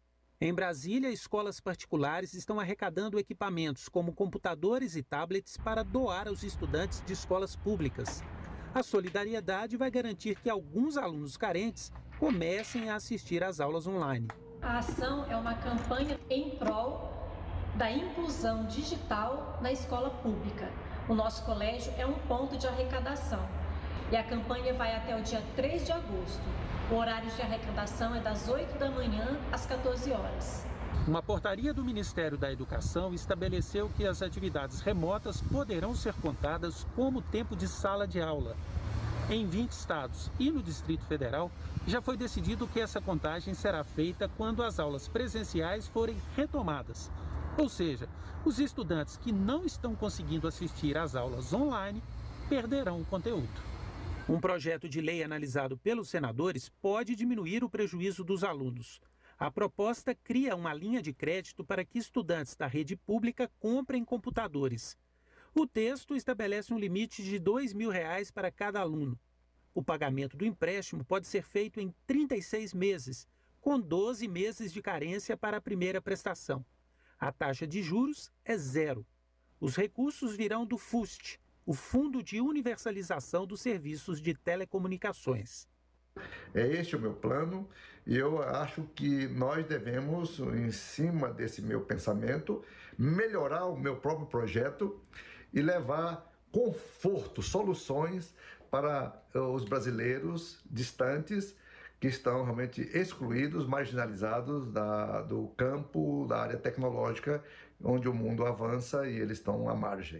Em Brasília, escolas particulares estão arrecadando equipamentos como computadores e tablets para doar aos estudantes de escolas públicas. A solidariedade vai garantir que alguns alunos carentes comecem a assistir às aulas online. A ação é uma campanha em prol da inclusão digital na escola pública. O nosso colégio é um ponto de arrecadação e a campanha vai até o dia 3 de agosto. O horário de arrecadação é das 8 da manhã às 14 horas. Uma portaria do Ministério da Educação estabeleceu que as atividades remotas poderão ser contadas como tempo de sala de aula. Em 20 estados e no Distrito Federal, já foi decidido que essa contagem será feita quando as aulas presenciais forem retomadas. Ou seja, os estudantes que não estão conseguindo assistir às aulas online perderão o conteúdo. Um projeto de lei analisado pelos senadores pode diminuir o prejuízo dos alunos. A proposta cria uma linha de crédito para que estudantes da rede pública comprem computadores. O texto estabelece um limite de R$ 2.000 para cada aluno. O pagamento do empréstimo pode ser feito em 36 meses, com 12 meses de carência para a primeira prestação. A taxa de juros é zero. Os recursos virão do FUST, o Fundo de Universalização dos Serviços de Telecomunicações. Este é o meu plano e eu acho que nós devemos, em cima desse meu pensamento, melhorar o meu próprio projeto e levar conforto, soluções para os brasileiros distantes que estão realmente excluídos, marginalizados do campo, da área tecnológica, onde o mundo avança e eles estão à margem.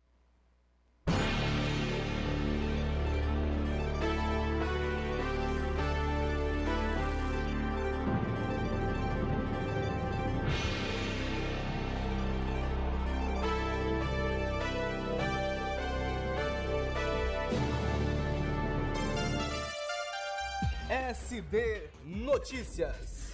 SD Notícias.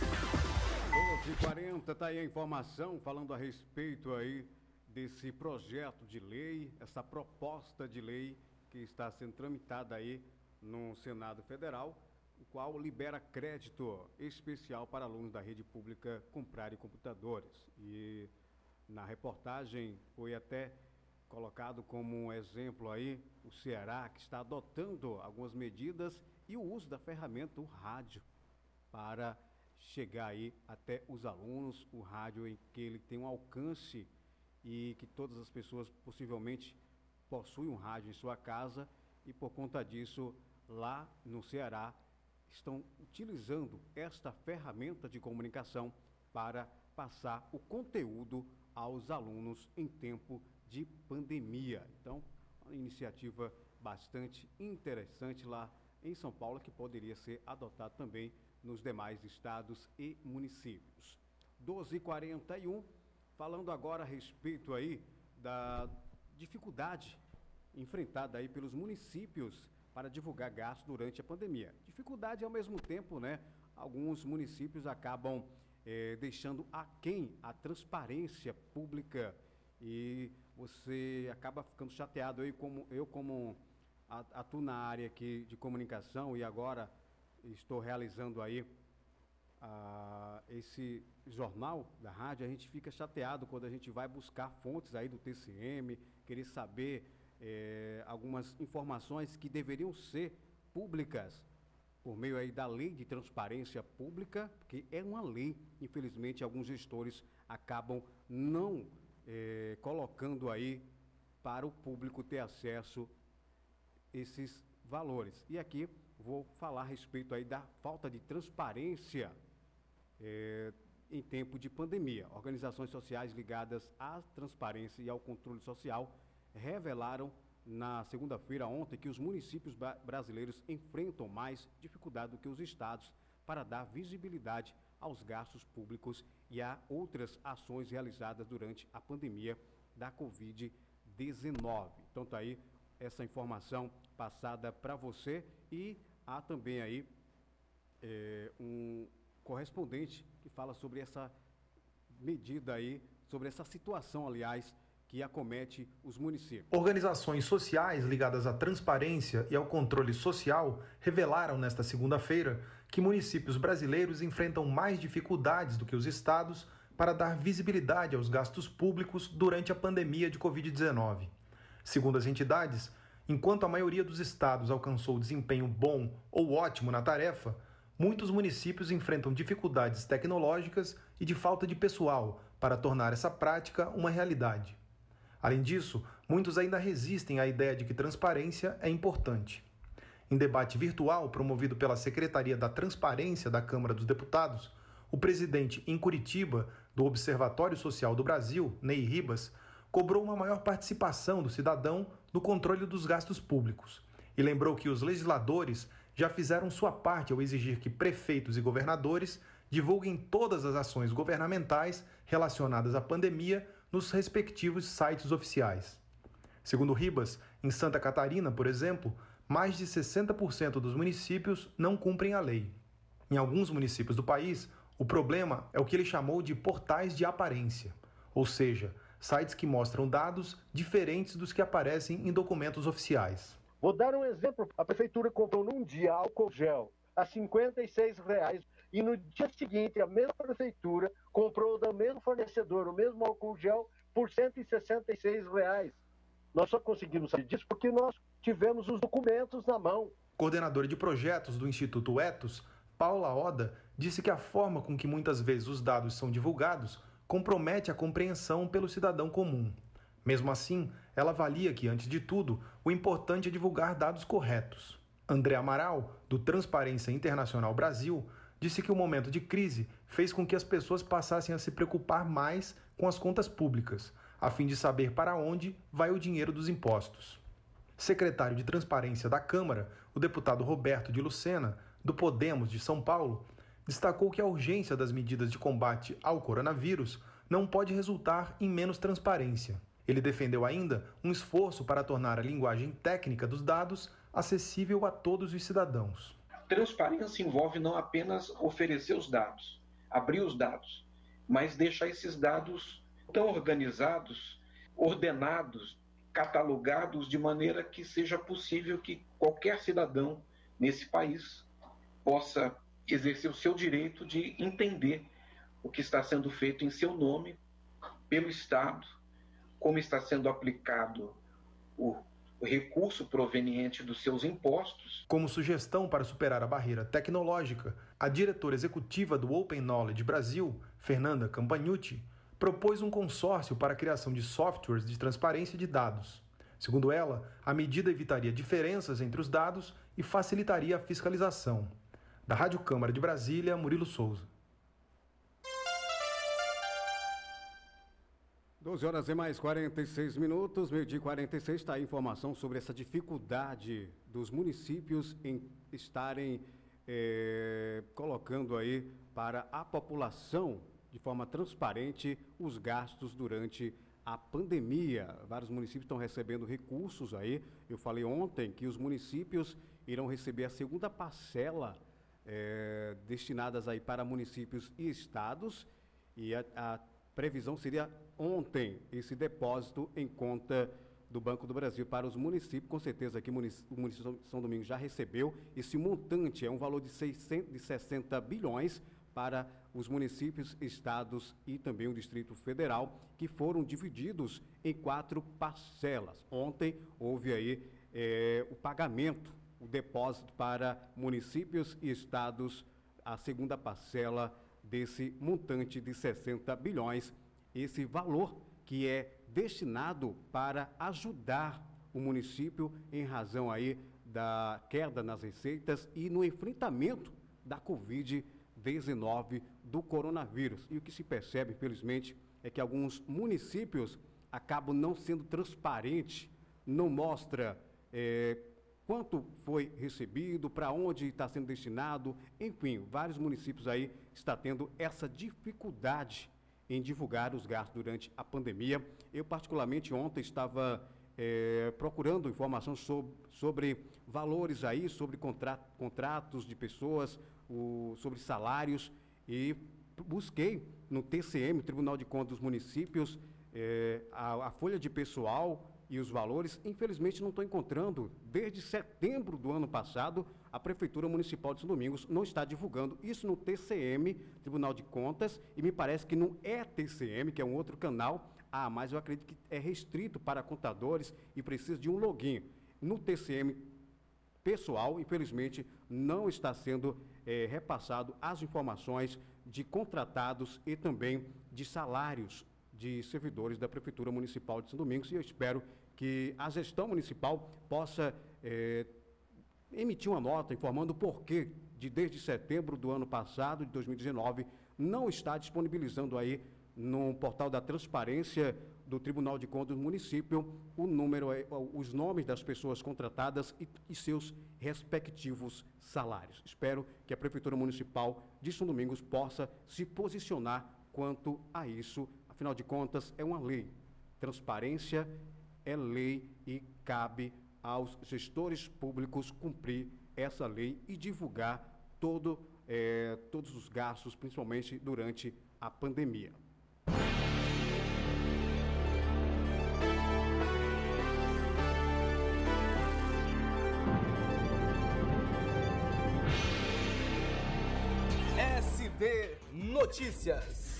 12h40, tá aí a informação falando a respeito aí desse projeto de lei, essa proposta de lei que está sendo tramitada aí no Senado Federal, o qual libera crédito especial para alunos da rede pública comprarem computadores. E na reportagem foi até colocado como um exemplo aí o Ceará, que está adotando algumas medidas e o uso da ferramenta, o rádio, para chegar aí até os alunos, o rádio em que ele tem um alcance e que todas as pessoas possivelmente possuem um rádio em sua casa e por conta disso, lá no Ceará, estão utilizando esta ferramenta de comunicação para passar o conteúdo aos alunos em tempo de pandemia. Então, uma iniciativa bastante interessante lá em São Paulo, que poderia ser adotado também nos demais estados e municípios. 12h41, falando agora a respeito aí da dificuldade enfrentada aí pelos municípios para divulgar gastos durante a pandemia. Dificuldade ao mesmo tempo, né? Alguns municípios acabam deixando aquém a transparência pública e você acaba ficando chateado aí, como eu atuo na área aqui de comunicação e agora estou realizando aí esse jornal da rádio. A gente fica chateado quando a gente vai buscar fontes aí do TCM, querer saber algumas informações que deveriam ser públicas por meio aí da lei de transparência pública, que é uma lei, infelizmente alguns gestores acabam não colocando aí para o público ter acesso esses valores. E aqui vou falar a respeito aí da falta de transparência em tempo de pandemia. Organizações sociais ligadas à transparência e ao controle social revelaram na segunda-feira, ontem, que os municípios brasileiros enfrentam mais dificuldade do que os estados para dar visibilidade aos gastos públicos e a outras ações realizadas durante a pandemia da Covid-19. Então tá aí essa informação passada para você, e há também aí um correspondente que fala sobre essa medida aí, sobre essa situação, aliás, que acomete os municípios. Organizações sociais ligadas à transparência e ao controle social revelaram nesta segunda-feira que municípios brasileiros enfrentam mais dificuldades do que os estados para dar visibilidade aos gastos públicos durante a pandemia de Covid-19. Segundo as entidades, enquanto a maioria dos estados alcançou desempenho bom ou ótimo na tarefa, muitos municípios enfrentam dificuldades tecnológicas e de falta de pessoal para tornar essa prática uma realidade. Além disso, muitos ainda resistem à ideia de que transparência é importante. Em debate virtual promovido pela Secretaria da Transparência da Câmara dos Deputados, o presidente em Curitiba do Observatório Social do Brasil, Ney Ribas, cobrou uma maior participação do cidadão no controle dos gastos públicos e lembrou que os legisladores já fizeram sua parte ao exigir que prefeitos e governadores divulguem todas as ações governamentais relacionadas à pandemia nos respectivos sites oficiais. Segundo Ribas, em Santa Catarina, por exemplo, mais de 60% dos municípios não cumprem a lei. Em alguns municípios do país, o problema é o que ele chamou de portais de aparência, ou seja, sites que mostram dados diferentes dos que aparecem em documentos oficiais. Vou dar um exemplo. A prefeitura comprou num dia álcool gel a R$ 56,00 e no dia seguinte a mesma prefeitura comprou do mesmo fornecedor o mesmo álcool gel por R$ 166,00. Nós só conseguimos saber disso porque nós tivemos os documentos na mão. Coordenadora de projetos do Instituto Etos, Paula Oda, disse que a forma com que muitas vezes os dados são divulgados compromete a compreensão pelo cidadão comum. Mesmo assim, ela avalia que, antes de tudo, o importante é divulgar dados corretos. André Amaral, do Transparência Internacional Brasil, disse que o momento de crise fez com que as pessoas passassem a se preocupar mais com as contas públicas, a fim de saber para onde vai o dinheiro dos impostos. Secretário de Transparência da Câmara, o deputado Roberto de Lucena, do Podemos de São Paulo, destacou que a urgência das medidas de combate ao coronavírus não pode resultar em menos transparência. Ele defendeu ainda um esforço para tornar a linguagem técnica dos dados acessível a todos os cidadãos. Transparência envolve não apenas oferecer os dados, abrir os dados, mas deixar esses dados tão organizados, ordenados, catalogados de maneira que seja possível que qualquer cidadão nesse país possa exercer o seu direito de entender o que está sendo feito em seu nome, pelo Estado, como está sendo aplicado o recurso proveniente dos seus impostos. Como sugestão para superar a barreira tecnológica, a diretora executiva do Open Knowledge Brasil, Fernanda Campagnucci, propôs um consórcio para a criação de softwares de transparência de dados. Segundo ela, a medida evitaria diferenças entre os dados e facilitaria a fiscalização. Da Rádio Câmara de Brasília, Murilo Souza. 12 horas e mais 46 minutos, meio-dia 46, está a informação sobre essa dificuldade dos municípios em estarem colocando aí para a população de forma transparente os gastos durante a pandemia. Vários municípios estão recebendo recursos aí. Eu falei ontem que os municípios irão receber a segunda parcela destinadas aí para municípios e estados, e a previsão seria ontem esse depósito em conta do Banco do Brasil para os municípios. Com certeza aqui o município de São Domingos já recebeu esse montante, é um valor de 60 bilhões para os municípios, estados e também o Distrito Federal, que foram divididos em 4 parcelas. Ontem houve aí o pagamento, o depósito para municípios e estados, a segunda parcela desse montante de 60 bilhões, esse valor que é destinado para ajudar o município em razão aí da queda nas receitas e no enfrentamento da Covid-19. Covid-19 do coronavírus. E o que se percebe, infelizmente, é que alguns municípios acabam não sendo transparentes, não mostra quanto foi recebido, para onde está sendo destinado, enfim, vários municípios aí estão tendo essa dificuldade em divulgar os gastos durante a pandemia. Eu, particularmente, ontem estava procurando informação sobre valores aí, sobre contratos de pessoas, sobre salários, e busquei no TCM, Tribunal de Contas dos Municípios, a folha de pessoal e os valores. Infelizmente não estou encontrando. Desde setembro do ano passado, a Prefeitura Municipal de São Domingos não está divulgando isso no TCM, Tribunal de Contas, e me parece que no ETCM, que é um outro canal, mas eu acredito que é restrito para contadores e precisa de um login. No TCM pessoal, infelizmente, não está sendo repassado as informações de contratados e também de salários de servidores da Prefeitura Municipal de São Domingos, e eu espero que a gestão municipal possa emitir uma nota informando o porquê desde setembro do ano passado, de 2019, não está disponibilizando aí no portal da transparência do Tribunal de Contas do município o número, os nomes das pessoas contratadas e seus respectivos salários. Espero que a Prefeitura Municipal de São Domingos possa se posicionar quanto a isso. Afinal de contas, é uma lei. Transparência é lei e cabe aos gestores públicos cumprir essa lei e divulgar todos os gastos, principalmente durante a pandemia. SB Notícias.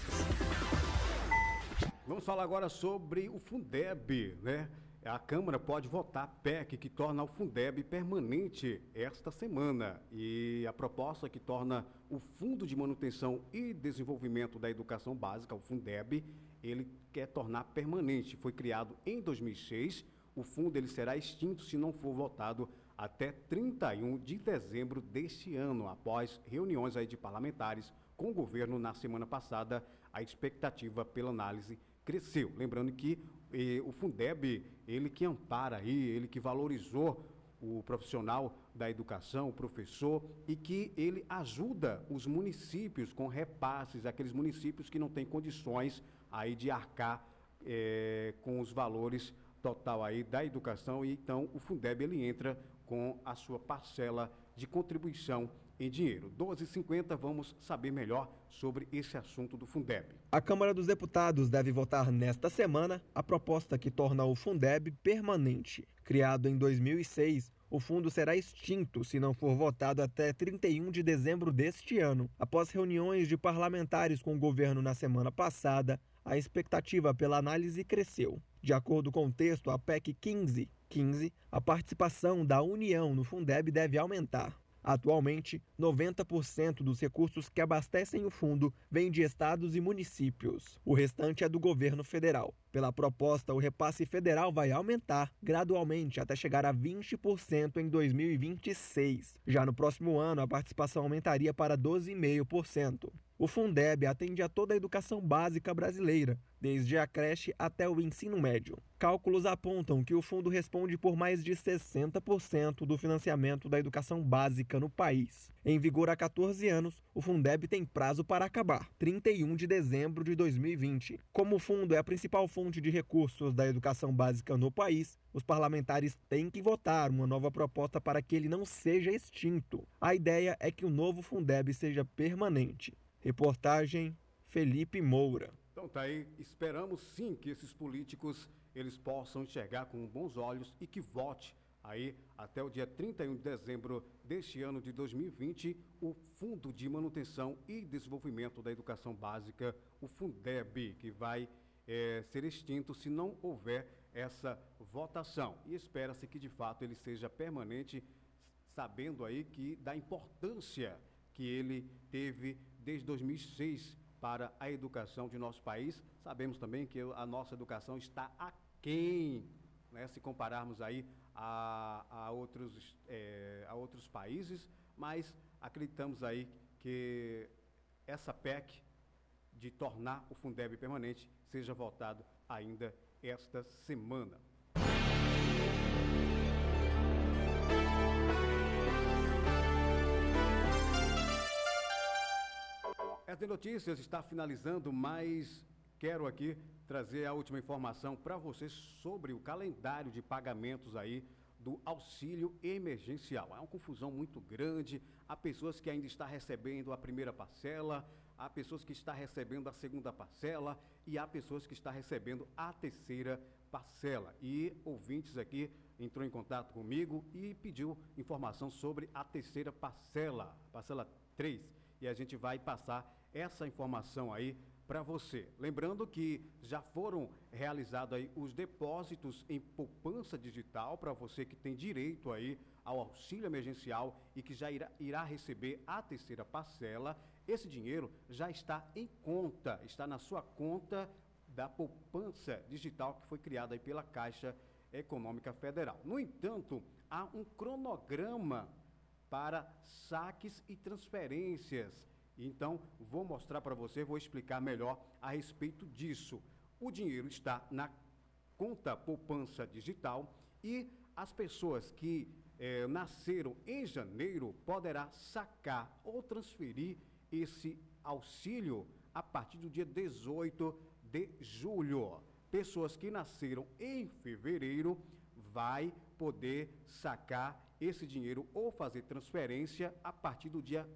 Vamos falar agora sobre o Fundeb, né? A Câmara pode votar PEC que torna o Fundeb permanente esta semana. E a proposta que torna o Fundo de Manutenção e Desenvolvimento da Educação Básica, o Fundeb, ele quer tornar permanente. Foi criado em 2006. O fundo ele será extinto se não for votado até 31 de dezembro deste ano, após reuniões aí de parlamentares com o governo na semana passada. A expectativa pela análise cresceu. Lembrando que o Fundeb, ele que ampara aí, ele que valorizou o profissional da educação, o professor, e que ele ajuda os municípios com repasses, aqueles municípios que não têm condições aí de arcar com os valores total aí da educação. E então o Fundeb ele entra com a sua parcela de contribuição em dinheiro. 12h50, vamos saber melhor sobre esse assunto do Fundeb. A Câmara dos Deputados deve votar nesta semana a proposta que torna o Fundeb permanente. Criado em 2006, o fundo será extinto se não for votado até 31 de dezembro deste ano. Após reuniões de parlamentares com o governo na semana passada, a expectativa pela análise cresceu. De acordo com o texto, a PEC 15, a participação da União no Fundeb deve aumentar. Atualmente, 90% dos recursos que abastecem o fundo vêm de estados e municípios. O restante é do governo federal. Pela proposta, o repasse federal vai aumentar gradualmente até chegar a 20% em 2026. Já no próximo ano, a participação aumentaria para 12,5%. O Fundeb atende a toda a educação básica brasileira, desde a creche até o ensino médio. Cálculos apontam que o fundo responde por mais de 60% do financiamento da educação básica no país. Em vigor há 14 anos, o Fundeb tem prazo para acabar, 31 de dezembro de 2020. Como o fundo é a principal fonte de recursos da educação básica no país, os parlamentares têm que votar uma nova proposta para que ele não seja extinto. A ideia é que o novo Fundeb seja permanente. Reportagem Felipe Moura. Então tá aí, esperamos sim que esses políticos eles possam enxergar com bons olhos e que vote aí até o dia 31 de dezembro deste ano de 2020 o Fundo de Manutenção e Desenvolvimento da Educação Básica, o Fundeb, que vai ser extinto se não houver essa votação. E espera-se que de fato ele seja permanente, sabendo aí que da importância que ele teve desde 2006 para a educação de nosso país. Sabemos também que a nossa educação está aquém, né, se compararmos aí a outros países, mas acreditamos aí que essa PEC de tornar o Fundeb permanente seja votado ainda esta semana. Essa notícias está finalizando, mas quero aqui trazer a última informação para vocês sobre o calendário de pagamentos aí do auxílio emergencial. É uma confusão muito grande. Há pessoas que ainda estão recebendo a primeira parcela, há pessoas que estão recebendo a segunda parcela e há pessoas que estão recebendo a terceira parcela. E ouvintes aqui entrou em contato comigo e pediu informação sobre a terceira parcela, parcela 3. E a gente vai passar essa informação aí para você. Lembrando que já foram realizados aí os depósitos em poupança digital para você que tem direito aí ao auxílio emergencial e que já irá receber a terceira parcela. Esse dinheiro já está em conta, está na sua conta da poupança digital que foi criada aí pela Caixa Econômica Federal. No entanto, há um cronograma para saques e transferências. Então, vou mostrar para você, vou explicar melhor a respeito disso. O dinheiro está na conta poupança digital e as pessoas que nasceram em janeiro poderá sacar ou transferir esse auxílio a partir do dia 18 de julho. Pessoas que nasceram em fevereiro vai poder sacar esse dinheiro ou fazer transferência a partir do dia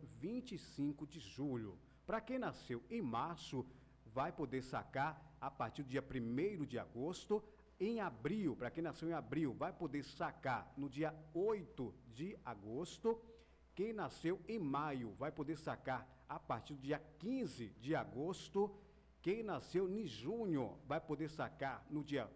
25 de julho. Para quem nasceu em março, vai poder sacar a partir do dia 1º de agosto. Em abril, para quem nasceu em abril, vai poder sacar no dia 8 de agosto. Quem nasceu em maio vai poder sacar a partir do dia 15 de agosto. Quem nasceu em junho vai poder sacar no dia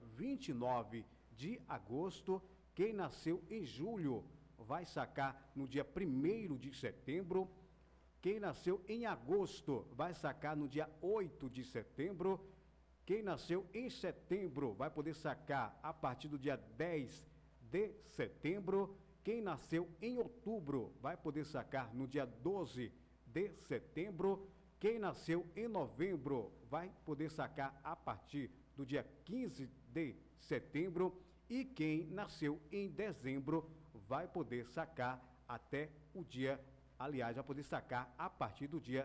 29 de agosto. Quem nasceu em julho vai sacar no dia 1º de setembro. Quem nasceu em agosto vai sacar no dia 8 de setembro. Quem nasceu em setembro vai poder sacar a partir do dia 10 de setembro. Quem nasceu em outubro vai poder sacar no dia 12 de setembro. Quem nasceu em novembro vai poder sacar a partir do dia 15 de setembro. E quem nasceu em dezembro vai poder sacar até o dia, aliás, vai poder sacar a partir do dia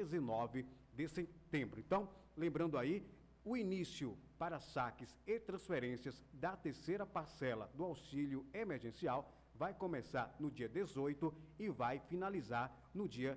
19 de setembro. Então, lembrando aí, o início para saques e transferências da terceira parcela do auxílio emergencial vai começar no dia 18 e vai finalizar no dia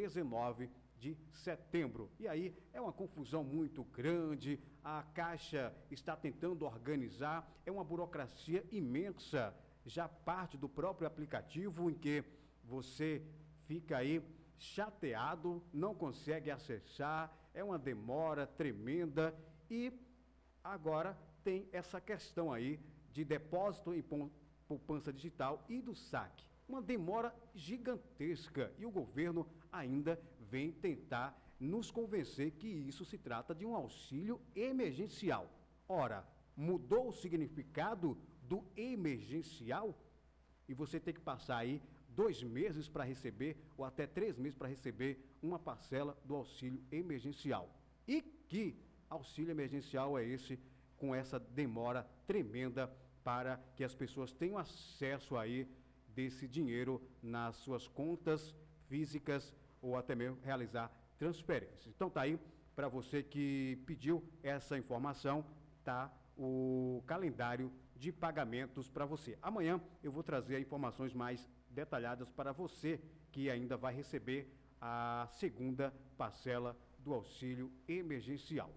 19 de setembro. E aí é uma confusão muito grande, a Caixa está tentando organizar, é uma burocracia imensa, já parte do próprio aplicativo em que você fica aí chateado, não consegue acessar, é uma demora tremenda e agora tem essa questão aí de depósito em poupança digital e do saque. Uma demora gigantesca e o governo ainda vem tentar nos convencer que isso se trata de um auxílio emergencial. Ora, mudou o significado do emergencial? E você tem que passar aí 2 meses para receber ou até 3 meses para receber uma parcela do auxílio emergencial. E que auxílio emergencial é esse com essa demora tremenda para que as pessoas tenham acesso aí desse dinheiro nas suas contas físicas ou até mesmo realizar transferências. Então tá aí, para você que pediu essa informação, tá o calendário de pagamentos para você. Amanhã eu vou trazer informações mais detalhadas para você que ainda vai receber a segunda parcela do auxílio emergencial.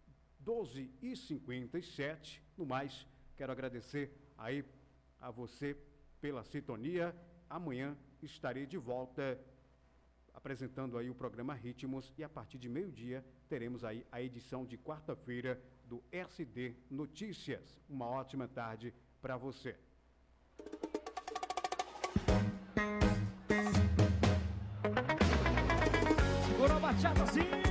12h57, no mais, quero agradecer aí a você pela sintonia. Amanhã estarei de volta apresentando aí o programa Ritmos e a partir de meio-dia teremos aí a edição de quarta-feira do SD Notícias. Uma ótima tarde para você. Segura a bachata assim.